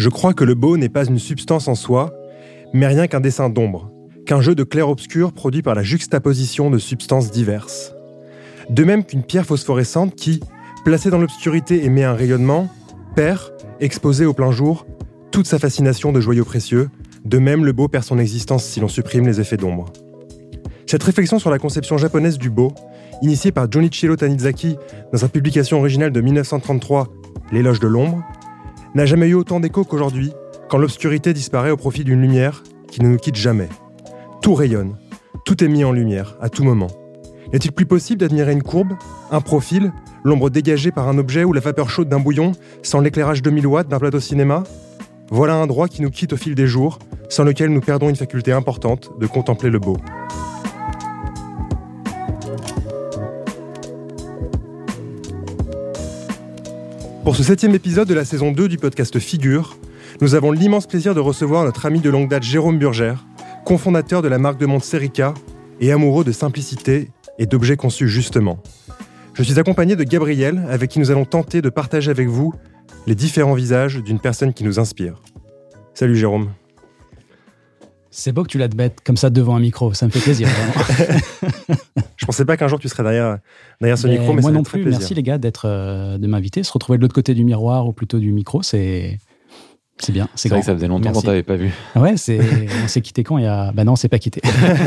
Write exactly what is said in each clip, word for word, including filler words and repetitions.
Je crois que le beau n'est pas une substance en soi, mais rien qu'un dessin d'ombre, qu'un jeu de clair-obscur produit par la juxtaposition de substances diverses. De même qu'une pierre phosphorescente qui, placée dans l'obscurité, émet un rayonnement, perd, exposé au plein jour, toute sa fascination de joyaux précieux. De même, le beau perd son existence si l'on supprime les effets d'ombre. Cette réflexion sur la conception japonaise du beau, initiée par Junichiro Tanizaki dans sa publication originale de dix-neuf cent trente-trois, L'éloge de l'ombre, n'a jamais eu autant d'écho qu'aujourd'hui, quand l'obscurité disparaît au profit d'une lumière qui ne nous quitte jamais. Tout rayonne, tout est mis en lumière, à tout moment. N'est-il plus possible d'admirer une courbe, un profil, l'ombre dégagée par un objet ou la vapeur chaude d'un bouillon, sans l'éclairage de mille watts d'un plateau cinéma ? Voilà un droit qui nous quitte au fil des jours, sans lequel nous perdons une faculté importante de contempler le beau. Pour ce septième épisode de la saison deux du podcast Figure, nous avons l'immense plaisir de recevoir notre ami de longue date Jérôme Burgère, cofondateur de la marque de montre Serica et amoureux de simplicité et d'objets conçus justement. Je suis accompagné de Gabriel, avec qui nous allons tenter de partager avec vous les différents visages d'une personne qui nous inspire. Salut Jérôme. C'est beau que tu l'admettes comme ça devant un micro, ça me fait plaisir. Je pensais pas qu'un jour tu serais derrière, derrière ce mais micro, mais moi ça non fait très plus. plaisir. Merci les gars d'être, euh, de m'inviter. Se retrouver de l'autre côté du miroir ou plutôt du micro, c'est, c'est bien. C'est, c'est grand. vrai que ça faisait longtemps Merci. qu'on t'avait pas vu. Ouais, c'est, on s'est quitté quand il y a. Bah non, on s'est pas quitté.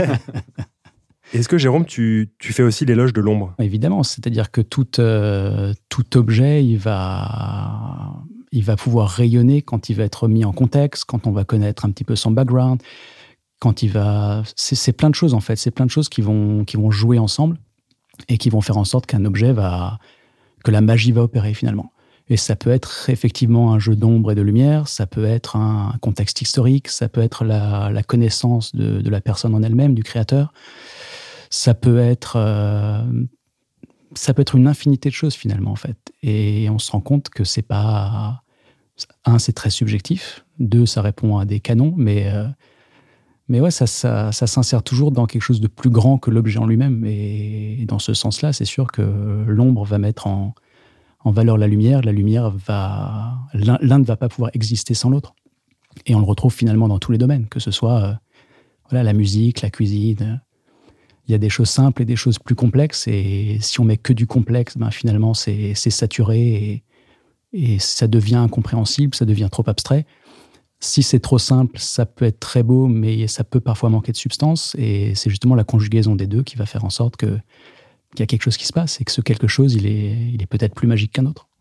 Est-ce que Jérôme, tu, tu fais aussi l'éloge de l'ombre ? Évidemment, c'est-à-dire que tout, euh, tout objet, il va, il va pouvoir rayonner quand il va être mis en contexte, quand on va connaître un petit peu son background, quand il va... C'est, c'est plein de choses, en fait. C'est plein de choses qui vont, qui vont jouer ensemble et qui vont faire en sorte qu'un objet va... que la magie va opérer, finalement. Et ça peut être effectivement un jeu d'ombre et de lumière, ça peut être un contexte historique, ça peut être la, la connaissance de, de la personne en elle-même, du créateur. Ça peut être... Euh, ça peut être une infinité de choses, finalement, en fait. Et on se rend compte que c'est pas... Un, c'est très subjectif. Deux, ça répond à des canons, mais... Euh, Mais ouais, ça, ça, ça s'insère toujours dans quelque chose de plus grand que l'objet en lui-même. Et dans ce sens-là, c'est sûr que l'ombre va mettre en, en valeur la lumière. La lumière va... L'un, l'un ne va pas pouvoir exister sans l'autre. Et on le retrouve finalement dans tous les domaines, que ce soit euh, voilà, la musique, la cuisine. Il y a des choses simples et des choses plus complexes. Et si on met que du complexe, ben finalement, c'est, c'est saturé et, et ça devient incompréhensible, ça devient trop abstrait. Si c'est trop simple, ça peut être très beau, mais ça peut parfois manquer de substance. Et c'est justement la conjugaison des deux qui va faire en sorte que, qu'il y a quelque chose qui se passe et que ce quelque chose, il est, il est peut-être plus magique qu'un autre.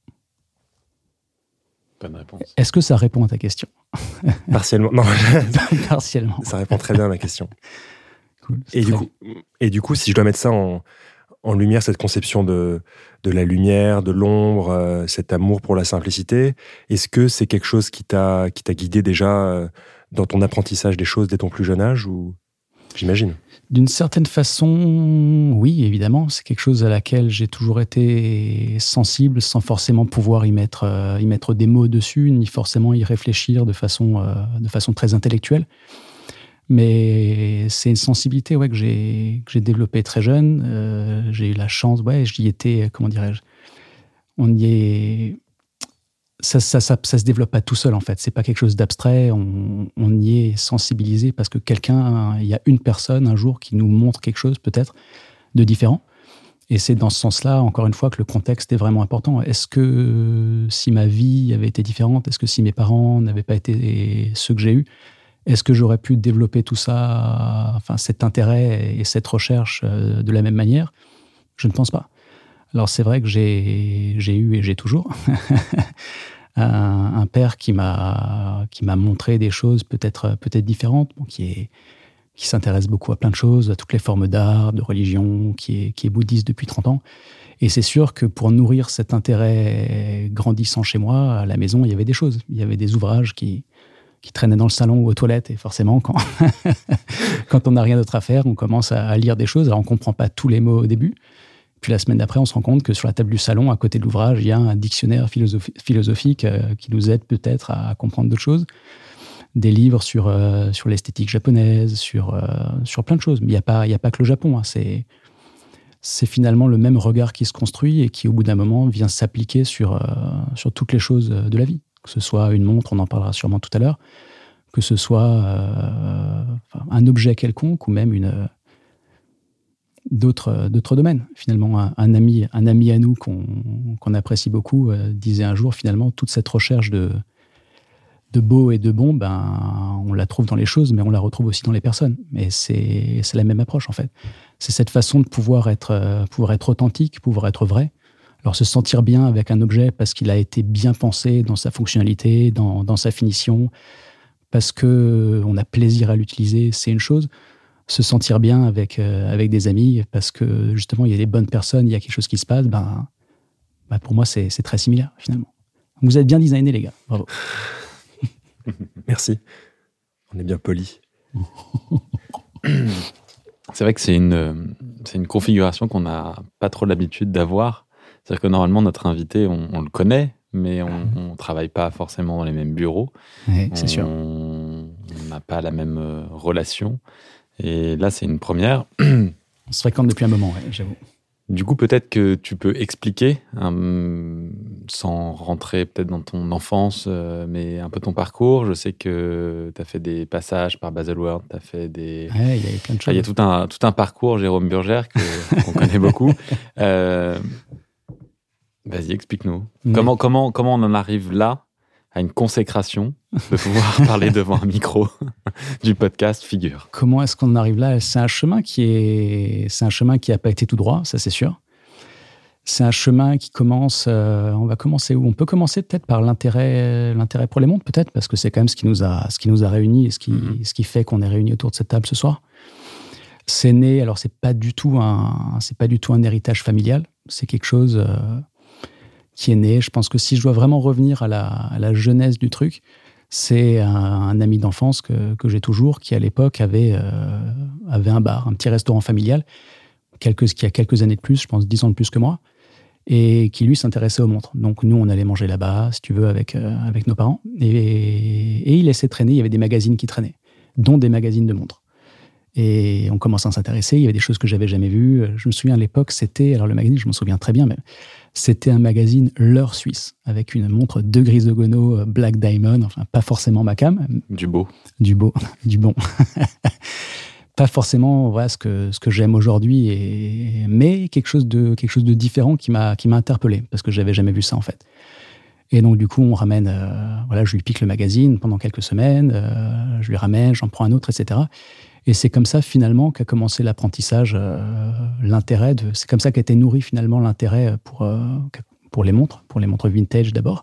Bonne réponse. Est-ce que ça répond à ta question ? Partiellement. Non, Partiellement. ça répond très bien à ma question. Cool. Et du, coup, et du coup, si je dois mettre ça en, en lumière, cette conception de, de la lumière, de l'ombre, euh, cet amour pour la simplicité, est-ce que c'est quelque chose qui t'a, qui t'a guidé déjà euh, dans ton apprentissage des choses dès ton plus jeune âge ou... J'imagine. D'une certaine façon, oui, évidemment. C'est quelque chose à laquelle j'ai toujours été sensible sans forcément pouvoir y mettre, euh, y mettre des mots dessus, ni forcément y réfléchir de façon, euh, de façon très intellectuelle. Mais c'est une sensibilité ouais, que, j'ai, que j'ai développée très jeune. Euh, j'ai eu la chance, ouais, j'y étais, comment dirais-je, on y est... Ça, ça, ça, ça se développe pas tout seul, en fait. C'est pas quelque chose d'abstrait. On, on y est sensibilisé parce que quelqu'un, il y a une personne un jour qui nous montre quelque chose, peut-être, de différent. Et c'est dans ce sens-là, encore une fois, que le contexte est vraiment important. Est-ce que si ma vie avait été différente, est-ce que si mes parents n'avaient pas été ceux que j'ai eus, est-ce que j'aurais pu développer tout ça, enfin, cet intérêt et cette recherche de la même manière ? Je ne pense pas. Alors, c'est vrai que j'ai, j'ai eu et j'ai toujours un, un père qui m'a, qui m'a montré des choses peut-être, peut-être différentes, bon, qui, est, qui s'intéresse beaucoup à plein de choses, à toutes les formes d'art, de religion, qui est, qui est bouddhiste depuis trente ans. Et c'est sûr que pour nourrir cet intérêt grandissant chez moi, à la maison, il y avait des choses. Il y avait des ouvrages qui... qui traînait dans le salon ou aux toilettes. Et forcément, quand, quand on n'a rien d'autre à faire, on commence à lire des choses. Alors, on ne comprend pas tous les mots au début. Puis la semaine d'après, on se rend compte que sur la table du salon, à côté de l'ouvrage, il y a un dictionnaire philosophi- philosophique euh, qui nous aide peut-être à comprendre d'autres choses. Des livres sur, euh, sur l'esthétique japonaise, sur, euh, sur plein de choses. Mais il n'y a pas, il n'y a pas que le Japon. Hein. C'est, c'est finalement le même regard qui se construit et qui, au bout d'un moment, vient s'appliquer sur, euh, sur toutes les choses de la vie. que ce soit une montre, on en parlera sûrement tout à l'heure, que ce soit euh, un objet quelconque ou même une, d'autres, d'autres domaines. Finalement, un, un, ami, un ami à nous qu'on, qu'on apprécie beaucoup euh, disait un jour, finalement, toute cette recherche de, de beau et de bon, ben, on la trouve dans les choses, mais on la retrouve aussi dans les personnes. Et c'est, c'est la même approche, en fait. C'est cette façon de pouvoir être, euh, pouvoir être authentique, pouvoir être vrai. Alors, se sentir bien avec un objet parce qu'il a été bien pensé dans sa fonctionnalité, dans, dans sa finition, parce qu'on a plaisir à l'utiliser, c'est une chose. Se sentir bien avec, euh, avec des amis parce que, justement, il y a des bonnes personnes, il y a quelque chose qui se passe, ben, ben pour moi, c'est, c'est très similaire, finalement. Vous êtes bien designés, les gars. Bravo. Merci. On est bien polis. C'est vrai que c'est une, c'est une configuration qu'on n'a pas trop l'habitude d'avoir. C'est-à-dire que normalement, notre invité, on, on le connaît, mais on ne travaille pas forcément dans les mêmes bureaux. Oui, c'est on, sûr. On n'a pas la même euh, relation. Et là, c'est une première. On se fréquente depuis un moment, ouais, j'avoue. Du coup, peut-être que tu peux expliquer, hein, sans rentrer peut-être dans ton enfance, euh, mais un peu ton parcours. Je sais que tu as fait des passages par Baselworld, tu as fait des... Ouais, il y a eu plein de choses. Il y a tout un, tout un parcours, Jérôme Burgère, que, qu'on connaît beaucoup. Euh, vas-y, explique-nous. Ouais. Comment, comment, comment on en arrive là, à une consécration, de pouvoir parler devant un micro du podcast Figure. Comment est-ce qu'on en arrive là ? C'est un chemin qui est, c'est un chemin qui n'a pas été tout droit, ça c'est sûr. C'est un chemin qui commence. Euh, on va commencer où ? On peut commencer peut-être par l'intérêt, l'intérêt pour les montres, peut-être, parce que c'est quand même ce qui nous a, ce qui nous a réunis et ce qui, mm-hmm. ce qui fait qu'on est réunis autour de cette table ce soir. C'est né. Alors c'est pas du tout un, c'est pas du tout un héritage familial. C'est quelque chose. Euh, qui est né. Je pense que si je dois vraiment revenir à la, à la genèse du truc, c'est un, un ami d'enfance que, que j'ai toujours, qui à l'époque avait, euh, avait un bar, un petit restaurant familial, quelques, qui a quelques années de plus, je pense dix ans de plus que moi, et qui lui s'intéressait aux montres. Donc nous, on allait manger là-bas, si tu veux, avec, euh, avec nos parents, et, et il laissait traîner, il y avait des magazines qui traînaient, dont des magazines de montres. Et on commençait à s'intéresser, il y avait des choses que j'avais jamais vues. Je me souviens à l'époque, c'était, alors le magazine, je m'en souviens très bien, mais c'était un magazine L'Heure Suisse, avec une montre de Grisogono Black Diamond, enfin pas forcément ma cam. Du beau. Du beau, du bon. Pas forcément voilà, ce que, ce que j'aime aujourd'hui, et, mais quelque chose, de, quelque chose de différent qui m'a, qui m'a interpellé, parce que j'avais jamais vu ça en fait. Et donc du coup, on ramène, euh, voilà, je lui pique le magazine pendant quelques semaines, euh, je lui ramène, j'en prends un autre, et cetera. Et c'est comme ça, finalement, qu'a commencé l'apprentissage, euh, l'intérêt de... C'est comme ça qu'a été nourri, finalement, l'intérêt pour, euh, pour les montres, pour les montres vintage, d'abord.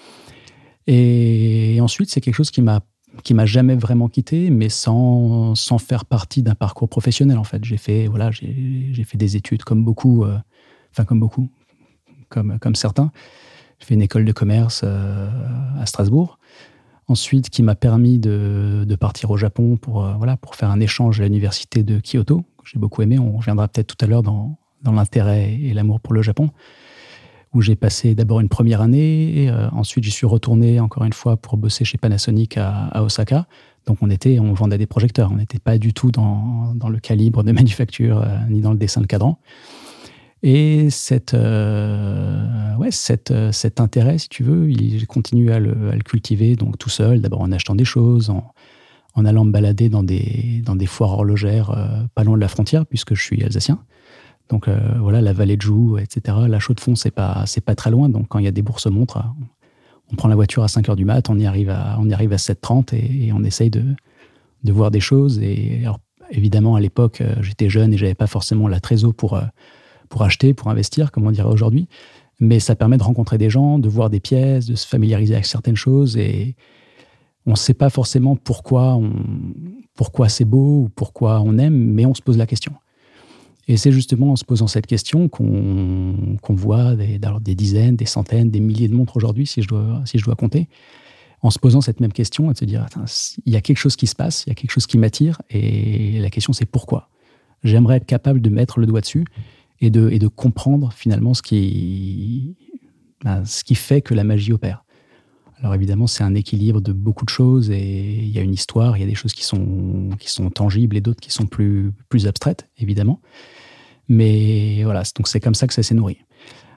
Et, et ensuite, c'est quelque chose qui m'a, qui m'a jamais vraiment quitté, mais sans, sans faire partie d'un parcours professionnel, en fait. J'ai fait, voilà, j'ai, j'ai fait des études comme beaucoup, euh, enfin, comme beaucoup, comme, comme certains. J'ai fait une école de commerce euh, à Strasbourg. Ensuite, qui m'a permis de, de partir au Japon pour, euh, voilà, pour faire un échange à l'université de Kyoto, que j'ai beaucoup aimé. On reviendra peut-être tout à l'heure dans, dans l'intérêt et l'amour pour le Japon, où j'ai passé d'abord une première année. Et, euh, ensuite, j'y suis retourné encore une fois pour bosser chez Panasonic à, à Osaka. Donc, on, était, on vendait des projecteurs. On n'était pas du tout dans, dans le calibre de manufacture, euh, ni dans le dessin de cadran. Et cette, euh, ouais, cette, euh, cet intérêt, si tu veux, il, j'ai continué à le, à le cultiver donc tout seul, d'abord en achetant des choses, en, en allant me balader dans des, dans des foires horlogères euh, pas loin de la frontière, puisque je suis alsacien. Donc euh, voilà, la vallée de Joux, et cetera. La Chaux-de-Fonds, c'est pas, c'est pas très loin. Donc quand il y a des bourses montres, on prend la voiture à cinq heures du mat, on y arrive à, on y arrive à sept heures trente et, et on essaye de, de voir des choses. Et alors, évidemment, à l'époque, j'étais jeune et j'avais pas forcément la trésor pour... pour acheter, pour investir, comme on dirait aujourd'hui. Mais ça permet de rencontrer des gens, de voir des pièces, de se familiariser avec certaines choses. Et on ne sait pas forcément pourquoi, on, pourquoi c'est beau ou pourquoi on aime, mais on se pose la question. Et c'est justement en se posant cette question qu'on, qu'on voit des, des dizaines, des centaines, des milliers de montres aujourd'hui, si je dois, si je dois compter. En se posant cette même question et de se dire, il y a quelque chose qui se passe, il y a quelque chose qui m'attire. Et la question, c'est pourquoi ? J'aimerais être capable de mettre le doigt dessus et de, et de comprendre finalement ce qui, ben, ce qui fait que la magie opère. Alors évidemment, c'est un équilibre de beaucoup de choses et il y a une histoire, il y a des choses qui sont, qui sont tangibles et d'autres qui sont plus, plus abstraites, évidemment. Mais voilà, donc c'est comme ça que ça s'est nourri.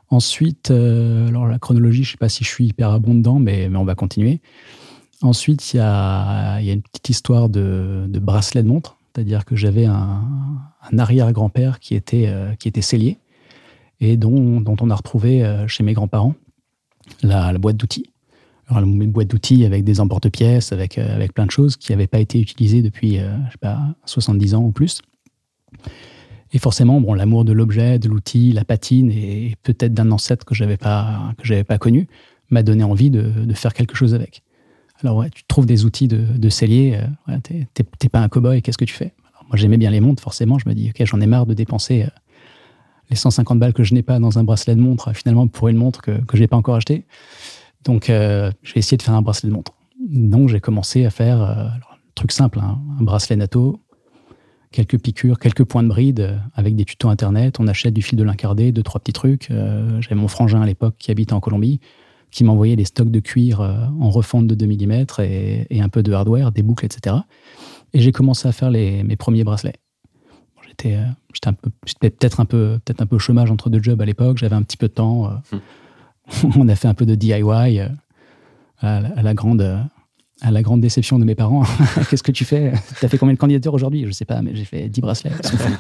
Ensuite, euh, alors la chronologie, je ne sais pas si je suis hyper abondant, mais, mais on va continuer. Ensuite, il y a, y a une petite histoire de, de bracelet de montre, c'est-à-dire que j'avais un, un arrière-grand-père qui était, euh, qui était sellier et dont, dont on a retrouvé euh, chez mes grands-parents la, la boîte d'outils. Alors, une boîte d'outils avec des emporte-pièces, avec, euh, avec plein de choses qui n'avaient pas été utilisées depuis euh, je sais pas, soixante-dix ans ou plus. Et forcément, bon, l'amour de l'objet, de l'outil, la patine, et peut-être d'un ancêtre que je n'avais pas, que j'avais pas connu, m'a donné envie de, de faire quelque chose avec. Alors, ouais, tu trouves des outils de, de sellier, euh, ouais, t'es, t'es, t'es pas un cow-boy, qu'est-ce que tu fais? Alors, moi, j'aimais bien les montres, forcément. Je me dis, OK, j'en ai marre de dépenser euh, les cent cinquante balles que je n'ai pas dans un bracelet de montre, finalement, pour une montre que, que je n'ai pas encore achetée. Donc, euh, je vais essayer de faire un bracelet de montre. Donc, j'ai commencé à faire euh, alors, un truc simple, hein, un bracelet NATO, quelques piqûres, quelques points de bride euh, avec des tutos internet. On achète du fil de lincardé, deux, trois petits trucs. Euh, j'avais mon frangin à l'époque qui habitait en Colombie, qui m'envoyait des stocks de cuir euh, en refonte de deux millimètres et, et un peu de hardware, des boucles, et cetera. Et j'ai commencé à faire les, mes premiers bracelets. Bon, j'étais, euh, j'étais, un peu, j'étais peut-être, un peu, peut-être un peu au chômage entre deux jobs à l'époque. J'avais un petit peu de temps. Euh, mmh. On a fait un peu de D I Y euh, à, la, à la grande... Euh, à la grande déception de mes parents. Qu'est-ce que tu fais? Tu as fait combien de candidatures aujourd'hui? Je ne sais pas, mais j'ai fait dix bracelets.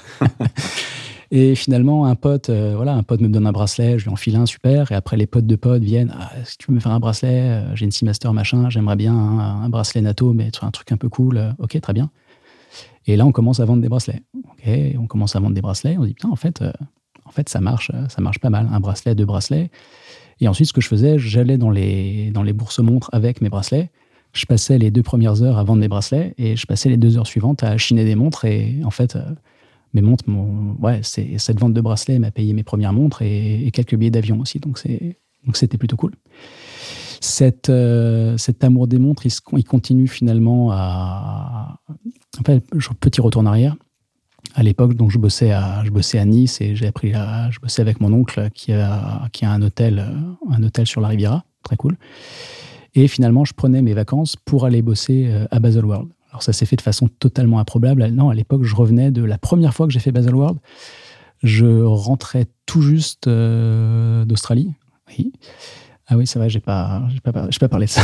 Et finalement, un pote, euh, voilà, un pote me donne un bracelet, je lui enfile un, super. Et après, les potes de potes viennent. Ah, est-ce que tu peux me faire un bracelet? J'ai une Seamaster, machin. J'aimerais bien un, un bracelet NATO, mais un truc un peu cool. Ok, très bien. Et là, on commence à vendre des bracelets. Ok, on commence à vendre des bracelets. On se dit, putain, en fait, euh, en fait ça marche, ça marche pas mal. Un bracelet, deux bracelets. Et ensuite, ce que je faisais, j'allais dans les, dans les bourses montres avec mes bracelets. Je passais les deux premières heures à vendre mes bracelets et je passais les deux heures suivantes à chiner des montres. Et en fait, euh, mes montres, mon, ouais, c'est, cette vente de bracelets m'a payé mes premières montres et, et quelques billets d'avion aussi. Donc, c'est, donc c'était plutôt cool. Cette, euh, cet amour des montres, il, il continue finalement à... En fait, petit retour en arrière. À l'époque, donc, je, bossais à, je bossais à Nice et j'ai appris à, je bossais avec mon oncle qui a, qui a un hôtel, un hôtel sur la Riviera. Très cool. Et finalement, je prenais mes vacances pour aller bosser à Baselworld. Alors, ça s'est fait de façon totalement improbable. Non, à l'époque, je revenais de la première fois que j'ai fait Baselworld. Je rentrais tout juste euh, d'Australie. Oui. Ah oui, c'est vrai, j'ai pas, j'ai pas, j'ai pas parlé de ça.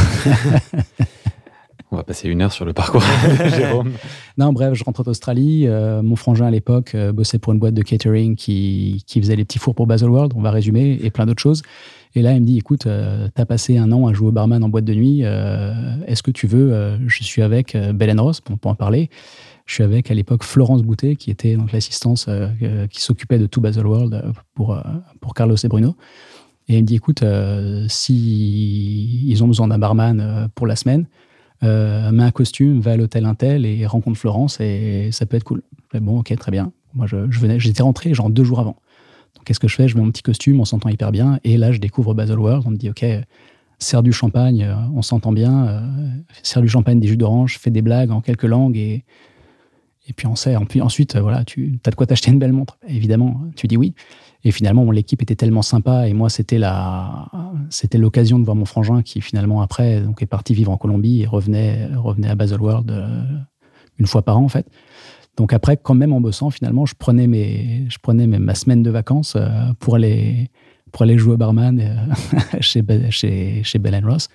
On va passer une heure sur le parcours de Jérôme. Non, bref, je rentre d'Australie. Euh, mon frangin, à l'époque, euh, bossait pour une boîte de catering qui, qui faisait les petits fours pour Baselworld. On va résumer, et plein d'autres choses. Et là, il me dit, écoute, euh, t'as passé un an à jouer au barman en boîte de nuit. Euh, est-ce que tu veux euh, Je suis avec euh, Belen Ross, pour, pour en parler. Je suis avec, à l'époque, Florence Boutet, qui était donc l'assistance euh, euh, qui s'occupait de tout Baselworld pour, euh, pour Carlos et Bruno. Et il me dit, écoute, euh, si ils ont besoin d'un barman euh, pour la semaine, euh, mets un costume, va à l'hôtel Intel et rencontre Florence et ça peut être cool. Bon, ok, très bien. Moi, je, je venais, j'étais rentré genre deux jours avant. Donc, qu'est-ce que je fais? Je mets mon petit costume, on s'entend hyper bien. Et là, je découvre Baselworld. On me dit, ok, sers du champagne, on s'entend bien. Euh, sers du champagne, des jus d'orange, fais des blagues en quelques langues et, et puis on sert. Puis ensuite, voilà, tu as de quoi t'acheter une belle montre. Évidemment, tu dis oui. Et finalement, bon, l'équipe était tellement sympa et moi, c'était, la, c'était l'occasion de voir mon frangin qui, finalement, après, donc, est parti vivre en Colombie et revenait, revenait à Baselworld euh, une fois par an, en fait. Donc après, quand même en bossant, finalement, je prenais, mes, je prenais mes, ma semaine de vacances euh, pour, aller, pour aller jouer au barman euh, chez, chez, chez Belen Ross.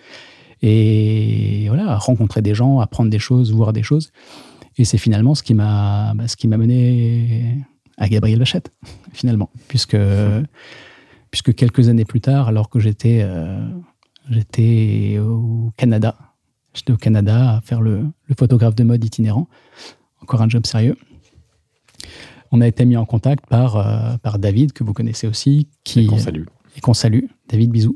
Et voilà, rencontrer des gens, apprendre des choses, voir des choses. Et c'est finalement ce qui m'a, bah, ce qui m'a mené à Gabriel Vachette, finalement. Puisque, puisque quelques années plus tard, alors que j'étais, euh, j'étais au Canada, j'étais au Canada à faire le, le photographe de mode itinérant, encore un job sérieux. On a été mis en contact par, euh, par David, que vous connaissez aussi. Qui, et qu'on salue. Et qu'on salue, David, bisous.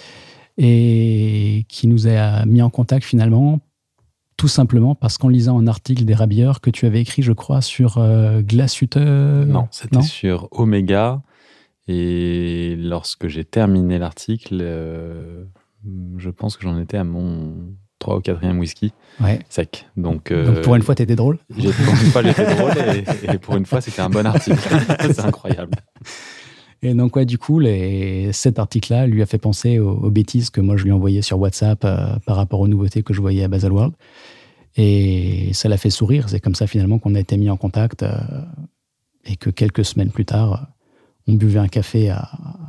Et qui nous a mis en contact finalement, tout simplement parce qu'en lisant un article des Rabilleurs que tu avais écrit, je crois, sur euh, Glashütte. Non, c'était non sur Omega. Et lorsque j'ai terminé l'article, euh, je pense que j'en étais à mon trois ou quatrième whisky ouais. sec. Donc, euh, Donc pour une fois, t'étais drôle. J'ai, pour une fois, j'étais drôle et, et pour une fois, c'était un bon article. C'est incroyable. Et donc, ouais, du coup, les, cet article-là lui a fait penser aux, aux bêtises que moi, je lui envoyais sur WhatsApp euh, par rapport aux nouveautés que je voyais à Baselworld. Et ça l'a fait sourire. C'est comme ça, finalement, qu'on a été mis en contact euh, et que quelques semaines plus tard, on buvait un café à...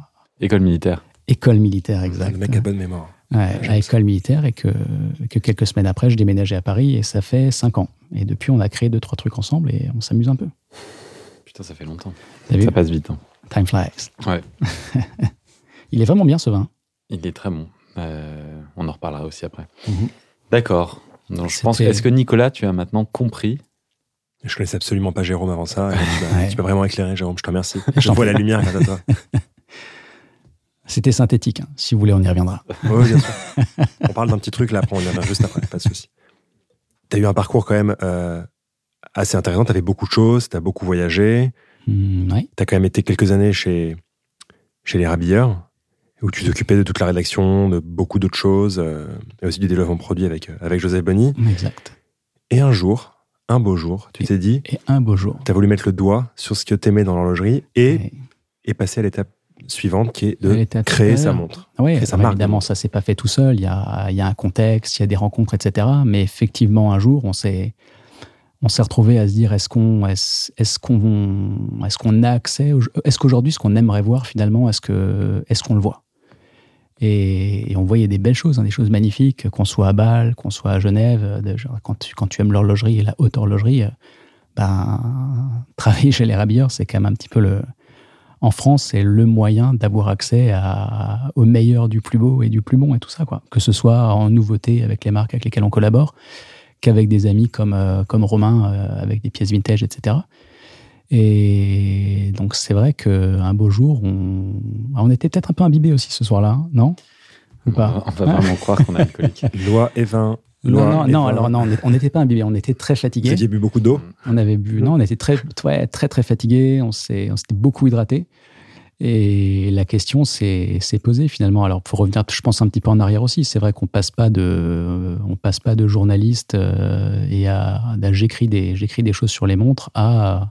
École militaire. École militaire, exact. Le mec a bonne mémoire. Ouais, à école militaire, et que, que quelques semaines après, je déménageais à Paris, et ça fait cinq ans. Et depuis, on a créé deux, trois trucs ensemble, et on s'amuse un peu. Putain, ça fait longtemps. T'as vu ? Ça passe vite. Hein. Time flies. Ouais. Il est vraiment bien, ce vin. Il est très bon. Euh, on en reparlera aussi après. Mm-hmm. D'accord. Donc, je C'était... pense que, est-ce que Nicolas, tu as maintenant compris ? Je connaissais absolument pas Jérôme avant ça. Et dit, bah, Ouais. Tu peux vraiment éclairer, Jérôme, je te remercie. Je vois la lumière grâce à toi. C'était synthétique. Hein. Si vous voulez, on y reviendra. Oui, bien sûr. On parle d'un petit truc, là, après, on y revient juste après, pas de souci. Tu as eu un parcours quand même euh, assez intéressant. Tu avais beaucoup de choses, tu as beaucoup voyagé. Mm, ouais. Tu as quand même été quelques années chez, chez les Rabilleurs, où tu t'occupais de toute la rédaction, de beaucoup d'autres choses, euh, et aussi du développement produit avec, avec Joseph Bonny. Exact. Et un jour, un beau jour, tu et, t'es dit, et un beau jour, tu as voulu mettre le doigt sur ce que tu aimais dans l'horlogerie et, et... et passer à l'étape suivante qui est de l'étape créer supérieure. sa montre. Oui, Créer sa marque. évidemment, ça s'est pas fait tout seul. Il y a, il y a un contexte, il y a des rencontres, et cetera. Mais effectivement, un jour, on s'est, on s'est retrouvé à se dire est-ce qu'on, est-ce, est-ce qu'on, est-ce qu'on a accès, est-ce qu'aujourd'hui, ce qu'on aimerait voir finalement, est-ce que, est-ce qu'on le voit ? Et, et on voyait des belles choses, hein, des choses magnifiques, qu'on soit à Bâle, qu'on soit à Genève. De, genre, quand, tu, quand tu aimes l'horlogerie et la haute horlogerie, ben, travailler chez les Rabilleurs, c'est quand même un petit peu le... En France, c'est le moyen d'avoir accès à, au meilleur du plus beau et du plus bon et tout ça, quoi. Que ce soit en nouveauté avec les marques avec lesquelles on collabore, qu'avec des amis comme, euh, comme Romain, euh, avec des pièces vintage, et cetera. Et donc, c'est vrai qu'un beau jour, on, on était peut-être un peu imbibés aussi ce soir-là, hein, non ? Ou pas ? On va vraiment croire qu'on est alcoolique. Loi et vin. Non, non, et non vin. alors non, on n'était pas imbibés, on était très Vous fatigués. aviez bu beaucoup d'eau ? On avait bu, non, on était très, ouais, très, très fatigués, on, s'est, on s'était beaucoup hydratés. Et la question s'est, s'est posée finalement. Alors, pour revenir, je pense un petit peu en arrière aussi, c'est vrai qu'on passe pas de, on passe pas de journaliste euh, et à, à j'écris des, j'écris des choses sur les montres à,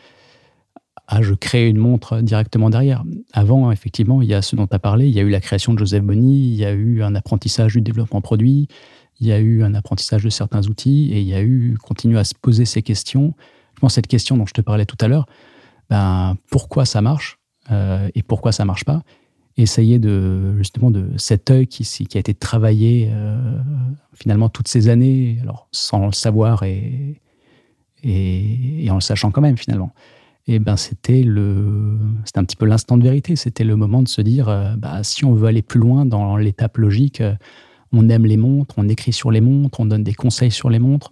à je crée une montre directement derrière. Avant, effectivement, il y a ce dont tu as parlé, il y a eu la création de Joseph Bonny, il y a eu un apprentissage du développement produit, il y a eu un apprentissage de certains outils et il y a eu, continuer à se poser ces questions. Je pense cette question dont je te parlais tout à l'heure, ben, pourquoi ça marche euh, et pourquoi ça marche pas. Essayer de, justement, de cet œil qui, qui a été travaillé euh, finalement toutes ces années, alors sans le savoir et, et, et en le sachant quand même finalement. Et ben c'était le, c'était un petit peu l'instant de vérité. C'était le moment de se dire, euh, bah, si on veut aller plus loin dans l'étape logique, euh, on aime les montres, on écrit sur les montres, on donne des conseils sur les montres.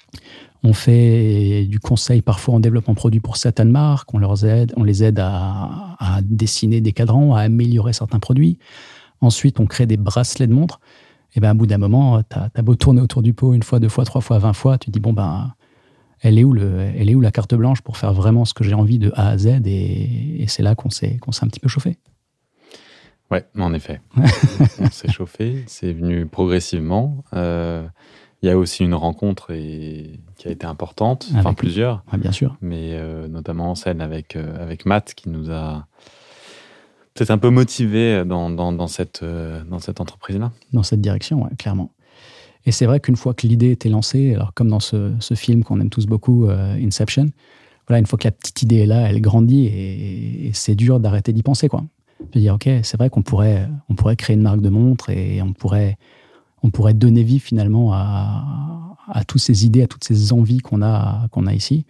On fait du conseil parfois en développement produit pour certaines marques, on, leur aide, on les aide à, à dessiner des cadrans, à améliorer certains produits. Ensuite, on crée des bracelets de montres. Et ben, à bout d'un moment, tu as beau tourner autour du pot une fois, deux fois, trois fois, vingt fois, tu te dis, bon, ben, elle est où, le, elle est où la carte blanche pour faire vraiment ce que j'ai envie de A à Z, et, et c'est là qu'on s'est, qu'on s'est un petit peu chauffé. Ouais, en effet. On s'est chauffé, c'est venu progressivement. Euh, il y a aussi une rencontre et, qui a été importante, avec, enfin plusieurs. Ouais, bien sûr. Mais euh, notamment celle avec, euh, avec Matt qui nous a peut-être un peu motivés dans, dans, dans, cette, euh, dans cette entreprise-là. Dans cette direction, ouais, clairement. Et c'est vrai qu'une fois que l'idée était lancée, alors comme dans ce, ce film qu'on aime tous beaucoup, euh, Inception, voilà, une fois que la petite idée est là, elle grandit et, et c'est dur d'arrêter d'y penser, quoi. De dire, ok, c'est vrai qu'on pourrait, on pourrait créer une marque de montre et on pourrait, on pourrait donner vie finalement à, à toutes ces idées, à toutes ces envies qu'on a, qu'on a ici.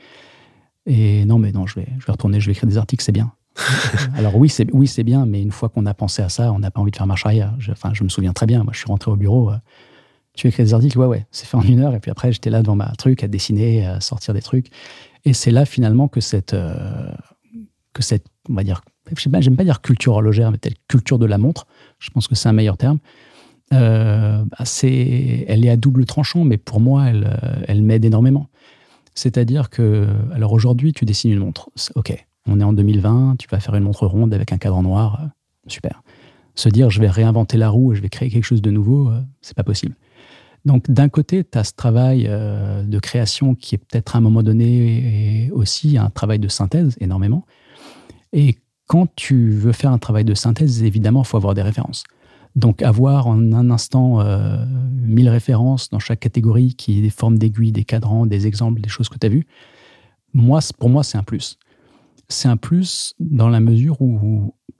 Et non, mais non, je vais, je vais retourner, je vais écrire des articles, c'est bien. Alors oui, c'est, oui, c'est bien, mais une fois qu'on a pensé à ça, on n'a pas envie de faire marche arrière. Je, enfin, je me souviens très bien, moi je suis rentré au bureau, euh, tu écris des articles, ouais, ouais, c'est fait en une heure, et puis après j'étais là devant ma truc, à dessiner, à sortir des trucs. Et c'est là finalement que cette, euh, que cette, on va dire, je sais pas, j'aime pas dire culture horlogère, mais peut-être culture de la montre, je pense que c'est un meilleur terme. Euh, bah c'est, elle est à double tranchant, mais pour moi, elle, elle m'aide énormément. C'est-à-dire que, alors aujourd'hui, tu dessines une montre, ok, on est en deux mille vingt, tu vas faire une montre ronde avec un cadran noir, euh, super. Se dire, je vais réinventer la roue et je vais créer quelque chose de nouveau, euh, c'est pas possible. Donc, d'un côté, tu as ce travail euh, de création qui est peut-être à un moment donné et aussi un travail de synthèse, énormément. Et quand tu veux faire un travail de synthèse, évidemment, il faut avoir des références. Donc, avoir en un instant euh, mille références dans chaque catégorie, qui est des formes d'aiguilles, des cadrans, des exemples, des choses que tu as vues, moi, pour moi, c'est un plus. C'est un plus dans la mesure où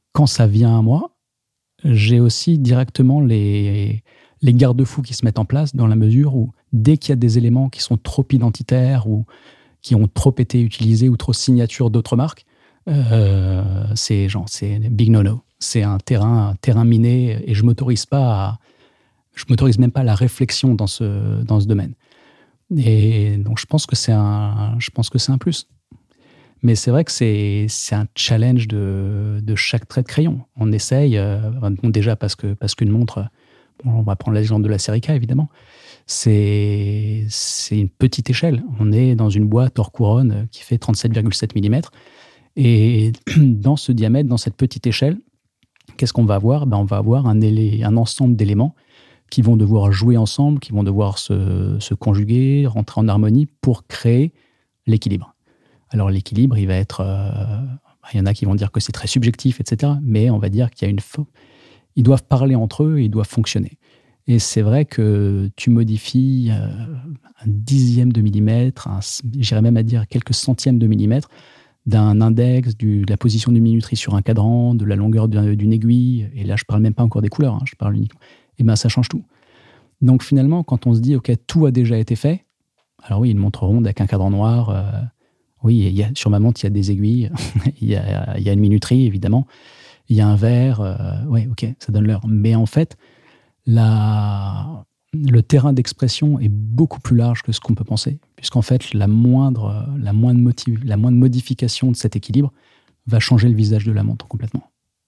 quand ça vient à moi, j'ai aussi directement les, les garde-fous qui se mettent en place dans la mesure où dès qu'il y a des éléments qui sont trop identitaires ou qui ont trop été utilisés ou trop signature d'autres marques, euh, c'est genre, c'est big no-no. C'est un terrain, un terrain miné et je m'autorise pas à, je m'autorise même pas à la réflexion dans ce, dans ce domaine. Et donc, je pense que c'est un, je pense que c'est un plus. Mais c'est vrai que c'est, c'est un challenge de, de chaque trait de crayon. On essaye, euh, bon, déjà parce, que, parce qu'une montre, bon, on va prendre l'exemple de la série K, évidemment, c'est, c'est une petite échelle. On est dans une boîte hors couronne qui fait trente-sept virgule sept millimètres. Et dans ce diamètre, dans cette petite échelle, qu'est-ce qu'on va avoir ? Ben, on va avoir un, élé, un ensemble d'éléments qui vont devoir jouer ensemble, qui vont devoir se, se conjuguer, rentrer en harmonie pour créer l'équilibre. Alors l'équilibre, il va être... Euh, il y en a qui vont dire que c'est très subjectif, et cetera. Mais on va dire qu'il y a une... Ils doivent parler entre eux et ils doivent fonctionner. Et c'est vrai que tu modifies euh, un dixième de millimètre, un, j'irais même à dire quelques centièmes de millimètre, d'un index, du, de la position d'une minuterie sur un cadran, de la longueur d'une, d'une aiguille, et là je ne parle même pas encore des couleurs, hein, je parle uniquement, et bien ça change tout. Donc finalement, quand on se dit, ok, tout a déjà été fait, alors oui, une montre ronde avec un cadran noir, euh, oui, il y a, sur ma montre, il y a des aiguilles, il, y a, il y a une minuterie, évidemment, il y a un verre, euh, oui, ok, ça donne l'heure. Mais en fait, la, le terrain d'expression est beaucoup plus large que ce qu'on peut penser, puisqu'en fait, la moindre, la, moindre motiv, la moindre modification de cet équilibre va changer le visage de la montre complètement.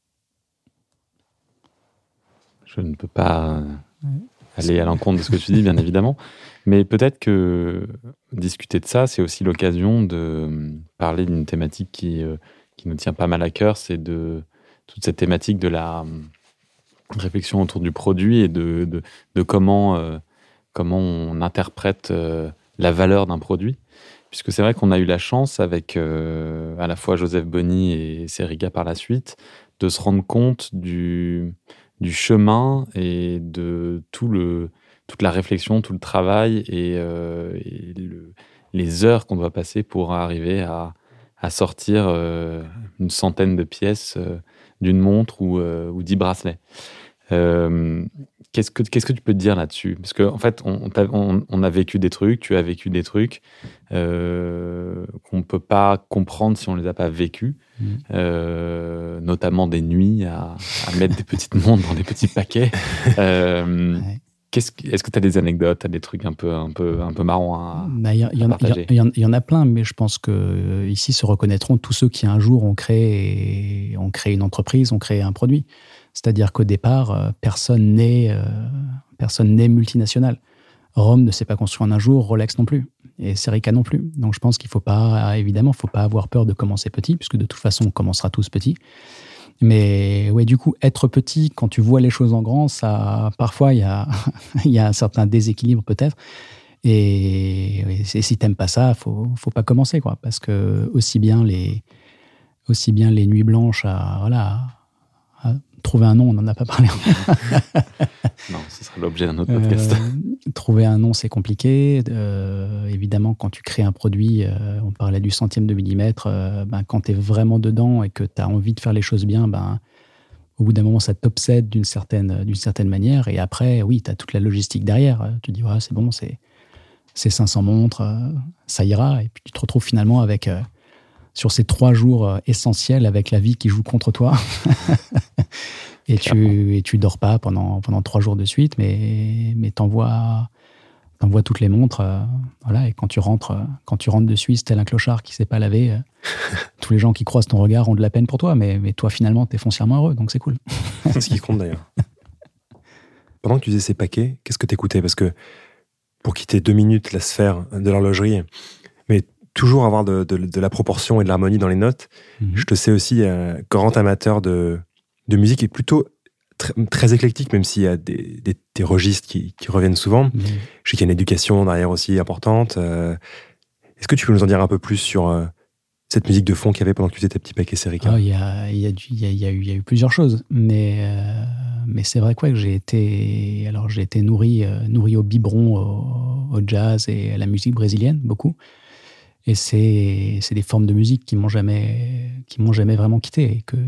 Je ne peux pas aller à l'encontre de ce que tu dis, bien évidemment. Mais peut-être que discuter de ça, c'est aussi l'occasion de parler d'une thématique qui, euh, qui nous tient pas mal à cœur, c'est de toute cette thématique de la réflexion autour du produit et de, de, de comment, euh, comment on interprète euh, la valeur d'un produit. Puisque c'est vrai qu'on a eu la chance, avec euh, à la fois Joseph Boni et Serica par la suite, de se rendre compte du, du chemin et de tout le, toute la réflexion, tout le travail et, euh, et le, les heures qu'on doit passer pour arriver à, à sortir euh, une centaine de pièces euh, d'une montre ou, euh, ou dix bracelets. Euh, qu'est-ce que, qu'est-ce que tu peux te dire là-dessus ? Parce qu'en en fait, on, on, on a vécu des trucs, tu as vécu des trucs euh, qu'on ne peut pas comprendre si on ne les a pas vécus, mmh. euh, notamment des nuits à, à mettre des petites montres dans des petits paquets. Euh, ouais. Qu'est-ce, est-ce que tu as des anecdotes, tu as des trucs un peu, un peu, un peu marrants à, bah, y a, y à partager ? Il y, y, y en a plein, mais je pense qu'ici se reconnaîtront tous ceux qui un jour ont créé, ont créé une entreprise, ont créé un produit. C'est-à-dire qu'au départ, personne n'est, euh, personne n'est multinational. Rome ne s'est pas construit en un jour, Rolex non plus, et Serica non plus. Donc je pense qu'il ne faut pas, évidemment, il ne faut pas avoir peur de commencer petit, puisque de toute façon, on commencera tous petits. Mais ouais, du coup, être petit, quand tu vois les choses en grand, ça, parfois, il y a, y a un certain déséquilibre peut-être. Et, et si tu n'aimes pas ça, il ne faut, faut pas commencer, quoi, parce que aussi bien les, aussi bien les nuits blanches à... Voilà, à trouver un nom, on n'en a pas parlé. Non, ce sera l'objet d'un autre podcast. Euh, trouver un nom, c'est compliqué. Euh, évidemment, quand tu crées un produit, euh, on parlait du centième de millimètre, euh, ben, quand tu es vraiment dedans et que tu as envie de faire les choses bien, ben, au bout d'un moment, ça t'obsède d'une certaine, d'une certaine manière. Et après, oui, tu as toute la logistique derrière. Tu dis, ouais, c'est bon, c'est, c'est cinq cents montres, euh, ça ira. Et puis tu te retrouves finalement avec... Euh, sur ces trois jours essentiels avec la vie qui joue contre toi. et, tu, et tu dors pas pendant, pendant trois jours de suite, mais, mais t'envoies, t'envoies toutes les montres. Euh, voilà, et quand tu, rentres, quand tu rentres de Suisse, tel un clochard qui ne s'est pas lavé, euh, tous les gens qui croisent ton regard ont de la peine pour toi, mais, mais toi, finalement, tu es foncièrement heureux, donc c'est cool. C'est ce qui compte d'ailleurs. Pendant que tu faisais ces paquets, qu'est-ce que tu écoutais ? Parce que pour quitter deux minutes la sphère de l'horlogerie, mais toujours avoir de, de, de la proportion et de l'harmonie dans les notes. Mmh. Je te sais aussi un grand amateur de, de musique et plutôt très, très éclectique, même s'il y a des, des, des registres qui, qui reviennent souvent. Mmh. Je sais qu'il y a une éducation derrière aussi importante. Euh, est-ce que tu peux nous en dire un peu plus sur euh, cette musique de fond qu'il y avait pendant que tu faisais tes petits paquets Serica ? Oh, il y a, il y a, il y a, il y a eu, il y a eu plusieurs choses, mais, euh, mais c'est vrai quoi, que j'ai été, alors j'ai été nourri, euh, nourri au biberon, au, au jazz et à la musique brésilienne, beaucoup. Et c'est, c'est des formes de musique qui m'ont jamais, qui m'ont jamais vraiment quitté et que, et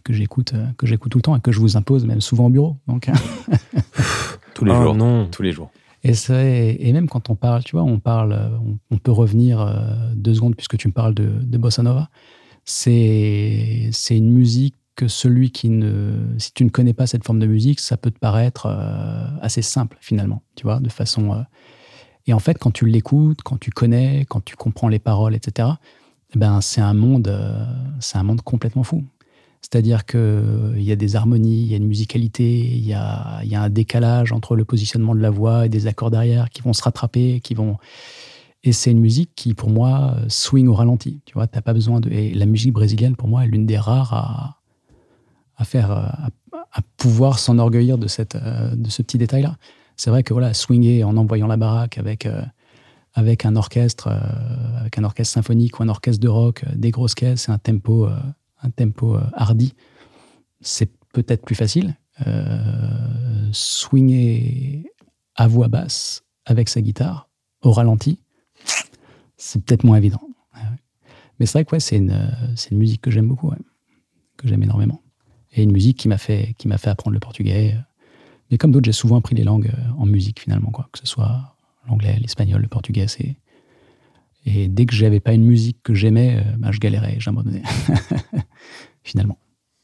que j'écoute, euh, que j'écoute tout le temps et que je vous impose même souvent au bureau. Donc, tous les oh, jours, non. tous les jours. Et, c'est, et même quand on parle, tu vois, on parle, on, on peut revenir euh, deux secondes puisque tu me parles de, de bossa nova. C'est, c'est une musique que celui qui ne, si tu ne connais pas cette forme de musique, ça peut te paraître euh, assez simple finalement, tu vois, de façon. Euh, et en fait, quand tu l'écoutes, quand tu connais, quand tu comprends les paroles, et cetera, eh ben c'est un monde, euh, c'est un monde complètement fou. C'est-à-dire qu'il euh, y a des harmonies, il y a une musicalité, il y a, y a un décalage entre le positionnement de la voix et des accords derrière qui vont se rattraper, qui vont... Et c'est une musique qui, pour moi, swing au ralenti. Tu vois, t'as pas besoin de... Et la musique brésilienne, pour moi, est l'une des rares à, à faire, à, à pouvoir s'enorgueillir de, cette, de ce petit détail-là. C'est vrai que voilà, swinger en envoyant la baraque avec, euh, avec un orchestre, euh, avec un orchestre symphonique ou un orchestre de rock, des grosses caisses et un tempo... Euh, un tempo hardy, c'est peut-être plus facile. Euh, swinger à voix basse avec sa guitare, au ralenti, c'est peut-être moins évident. Mais c'est vrai que ouais, c'est, une, c'est une musique que j'aime beaucoup, ouais, que j'aime énormément. Et une musique qui m'a fait, qui m'a fait apprendre le portugais. Mais comme d'autres, j'ai souvent appris les langues en musique, finalement, quoi. Que ce soit l'anglais, l'espagnol, le portugais, c'est... Et dès que j'avais pas une musique que j'aimais, ben je galérais, j'abandonnais. Finalement.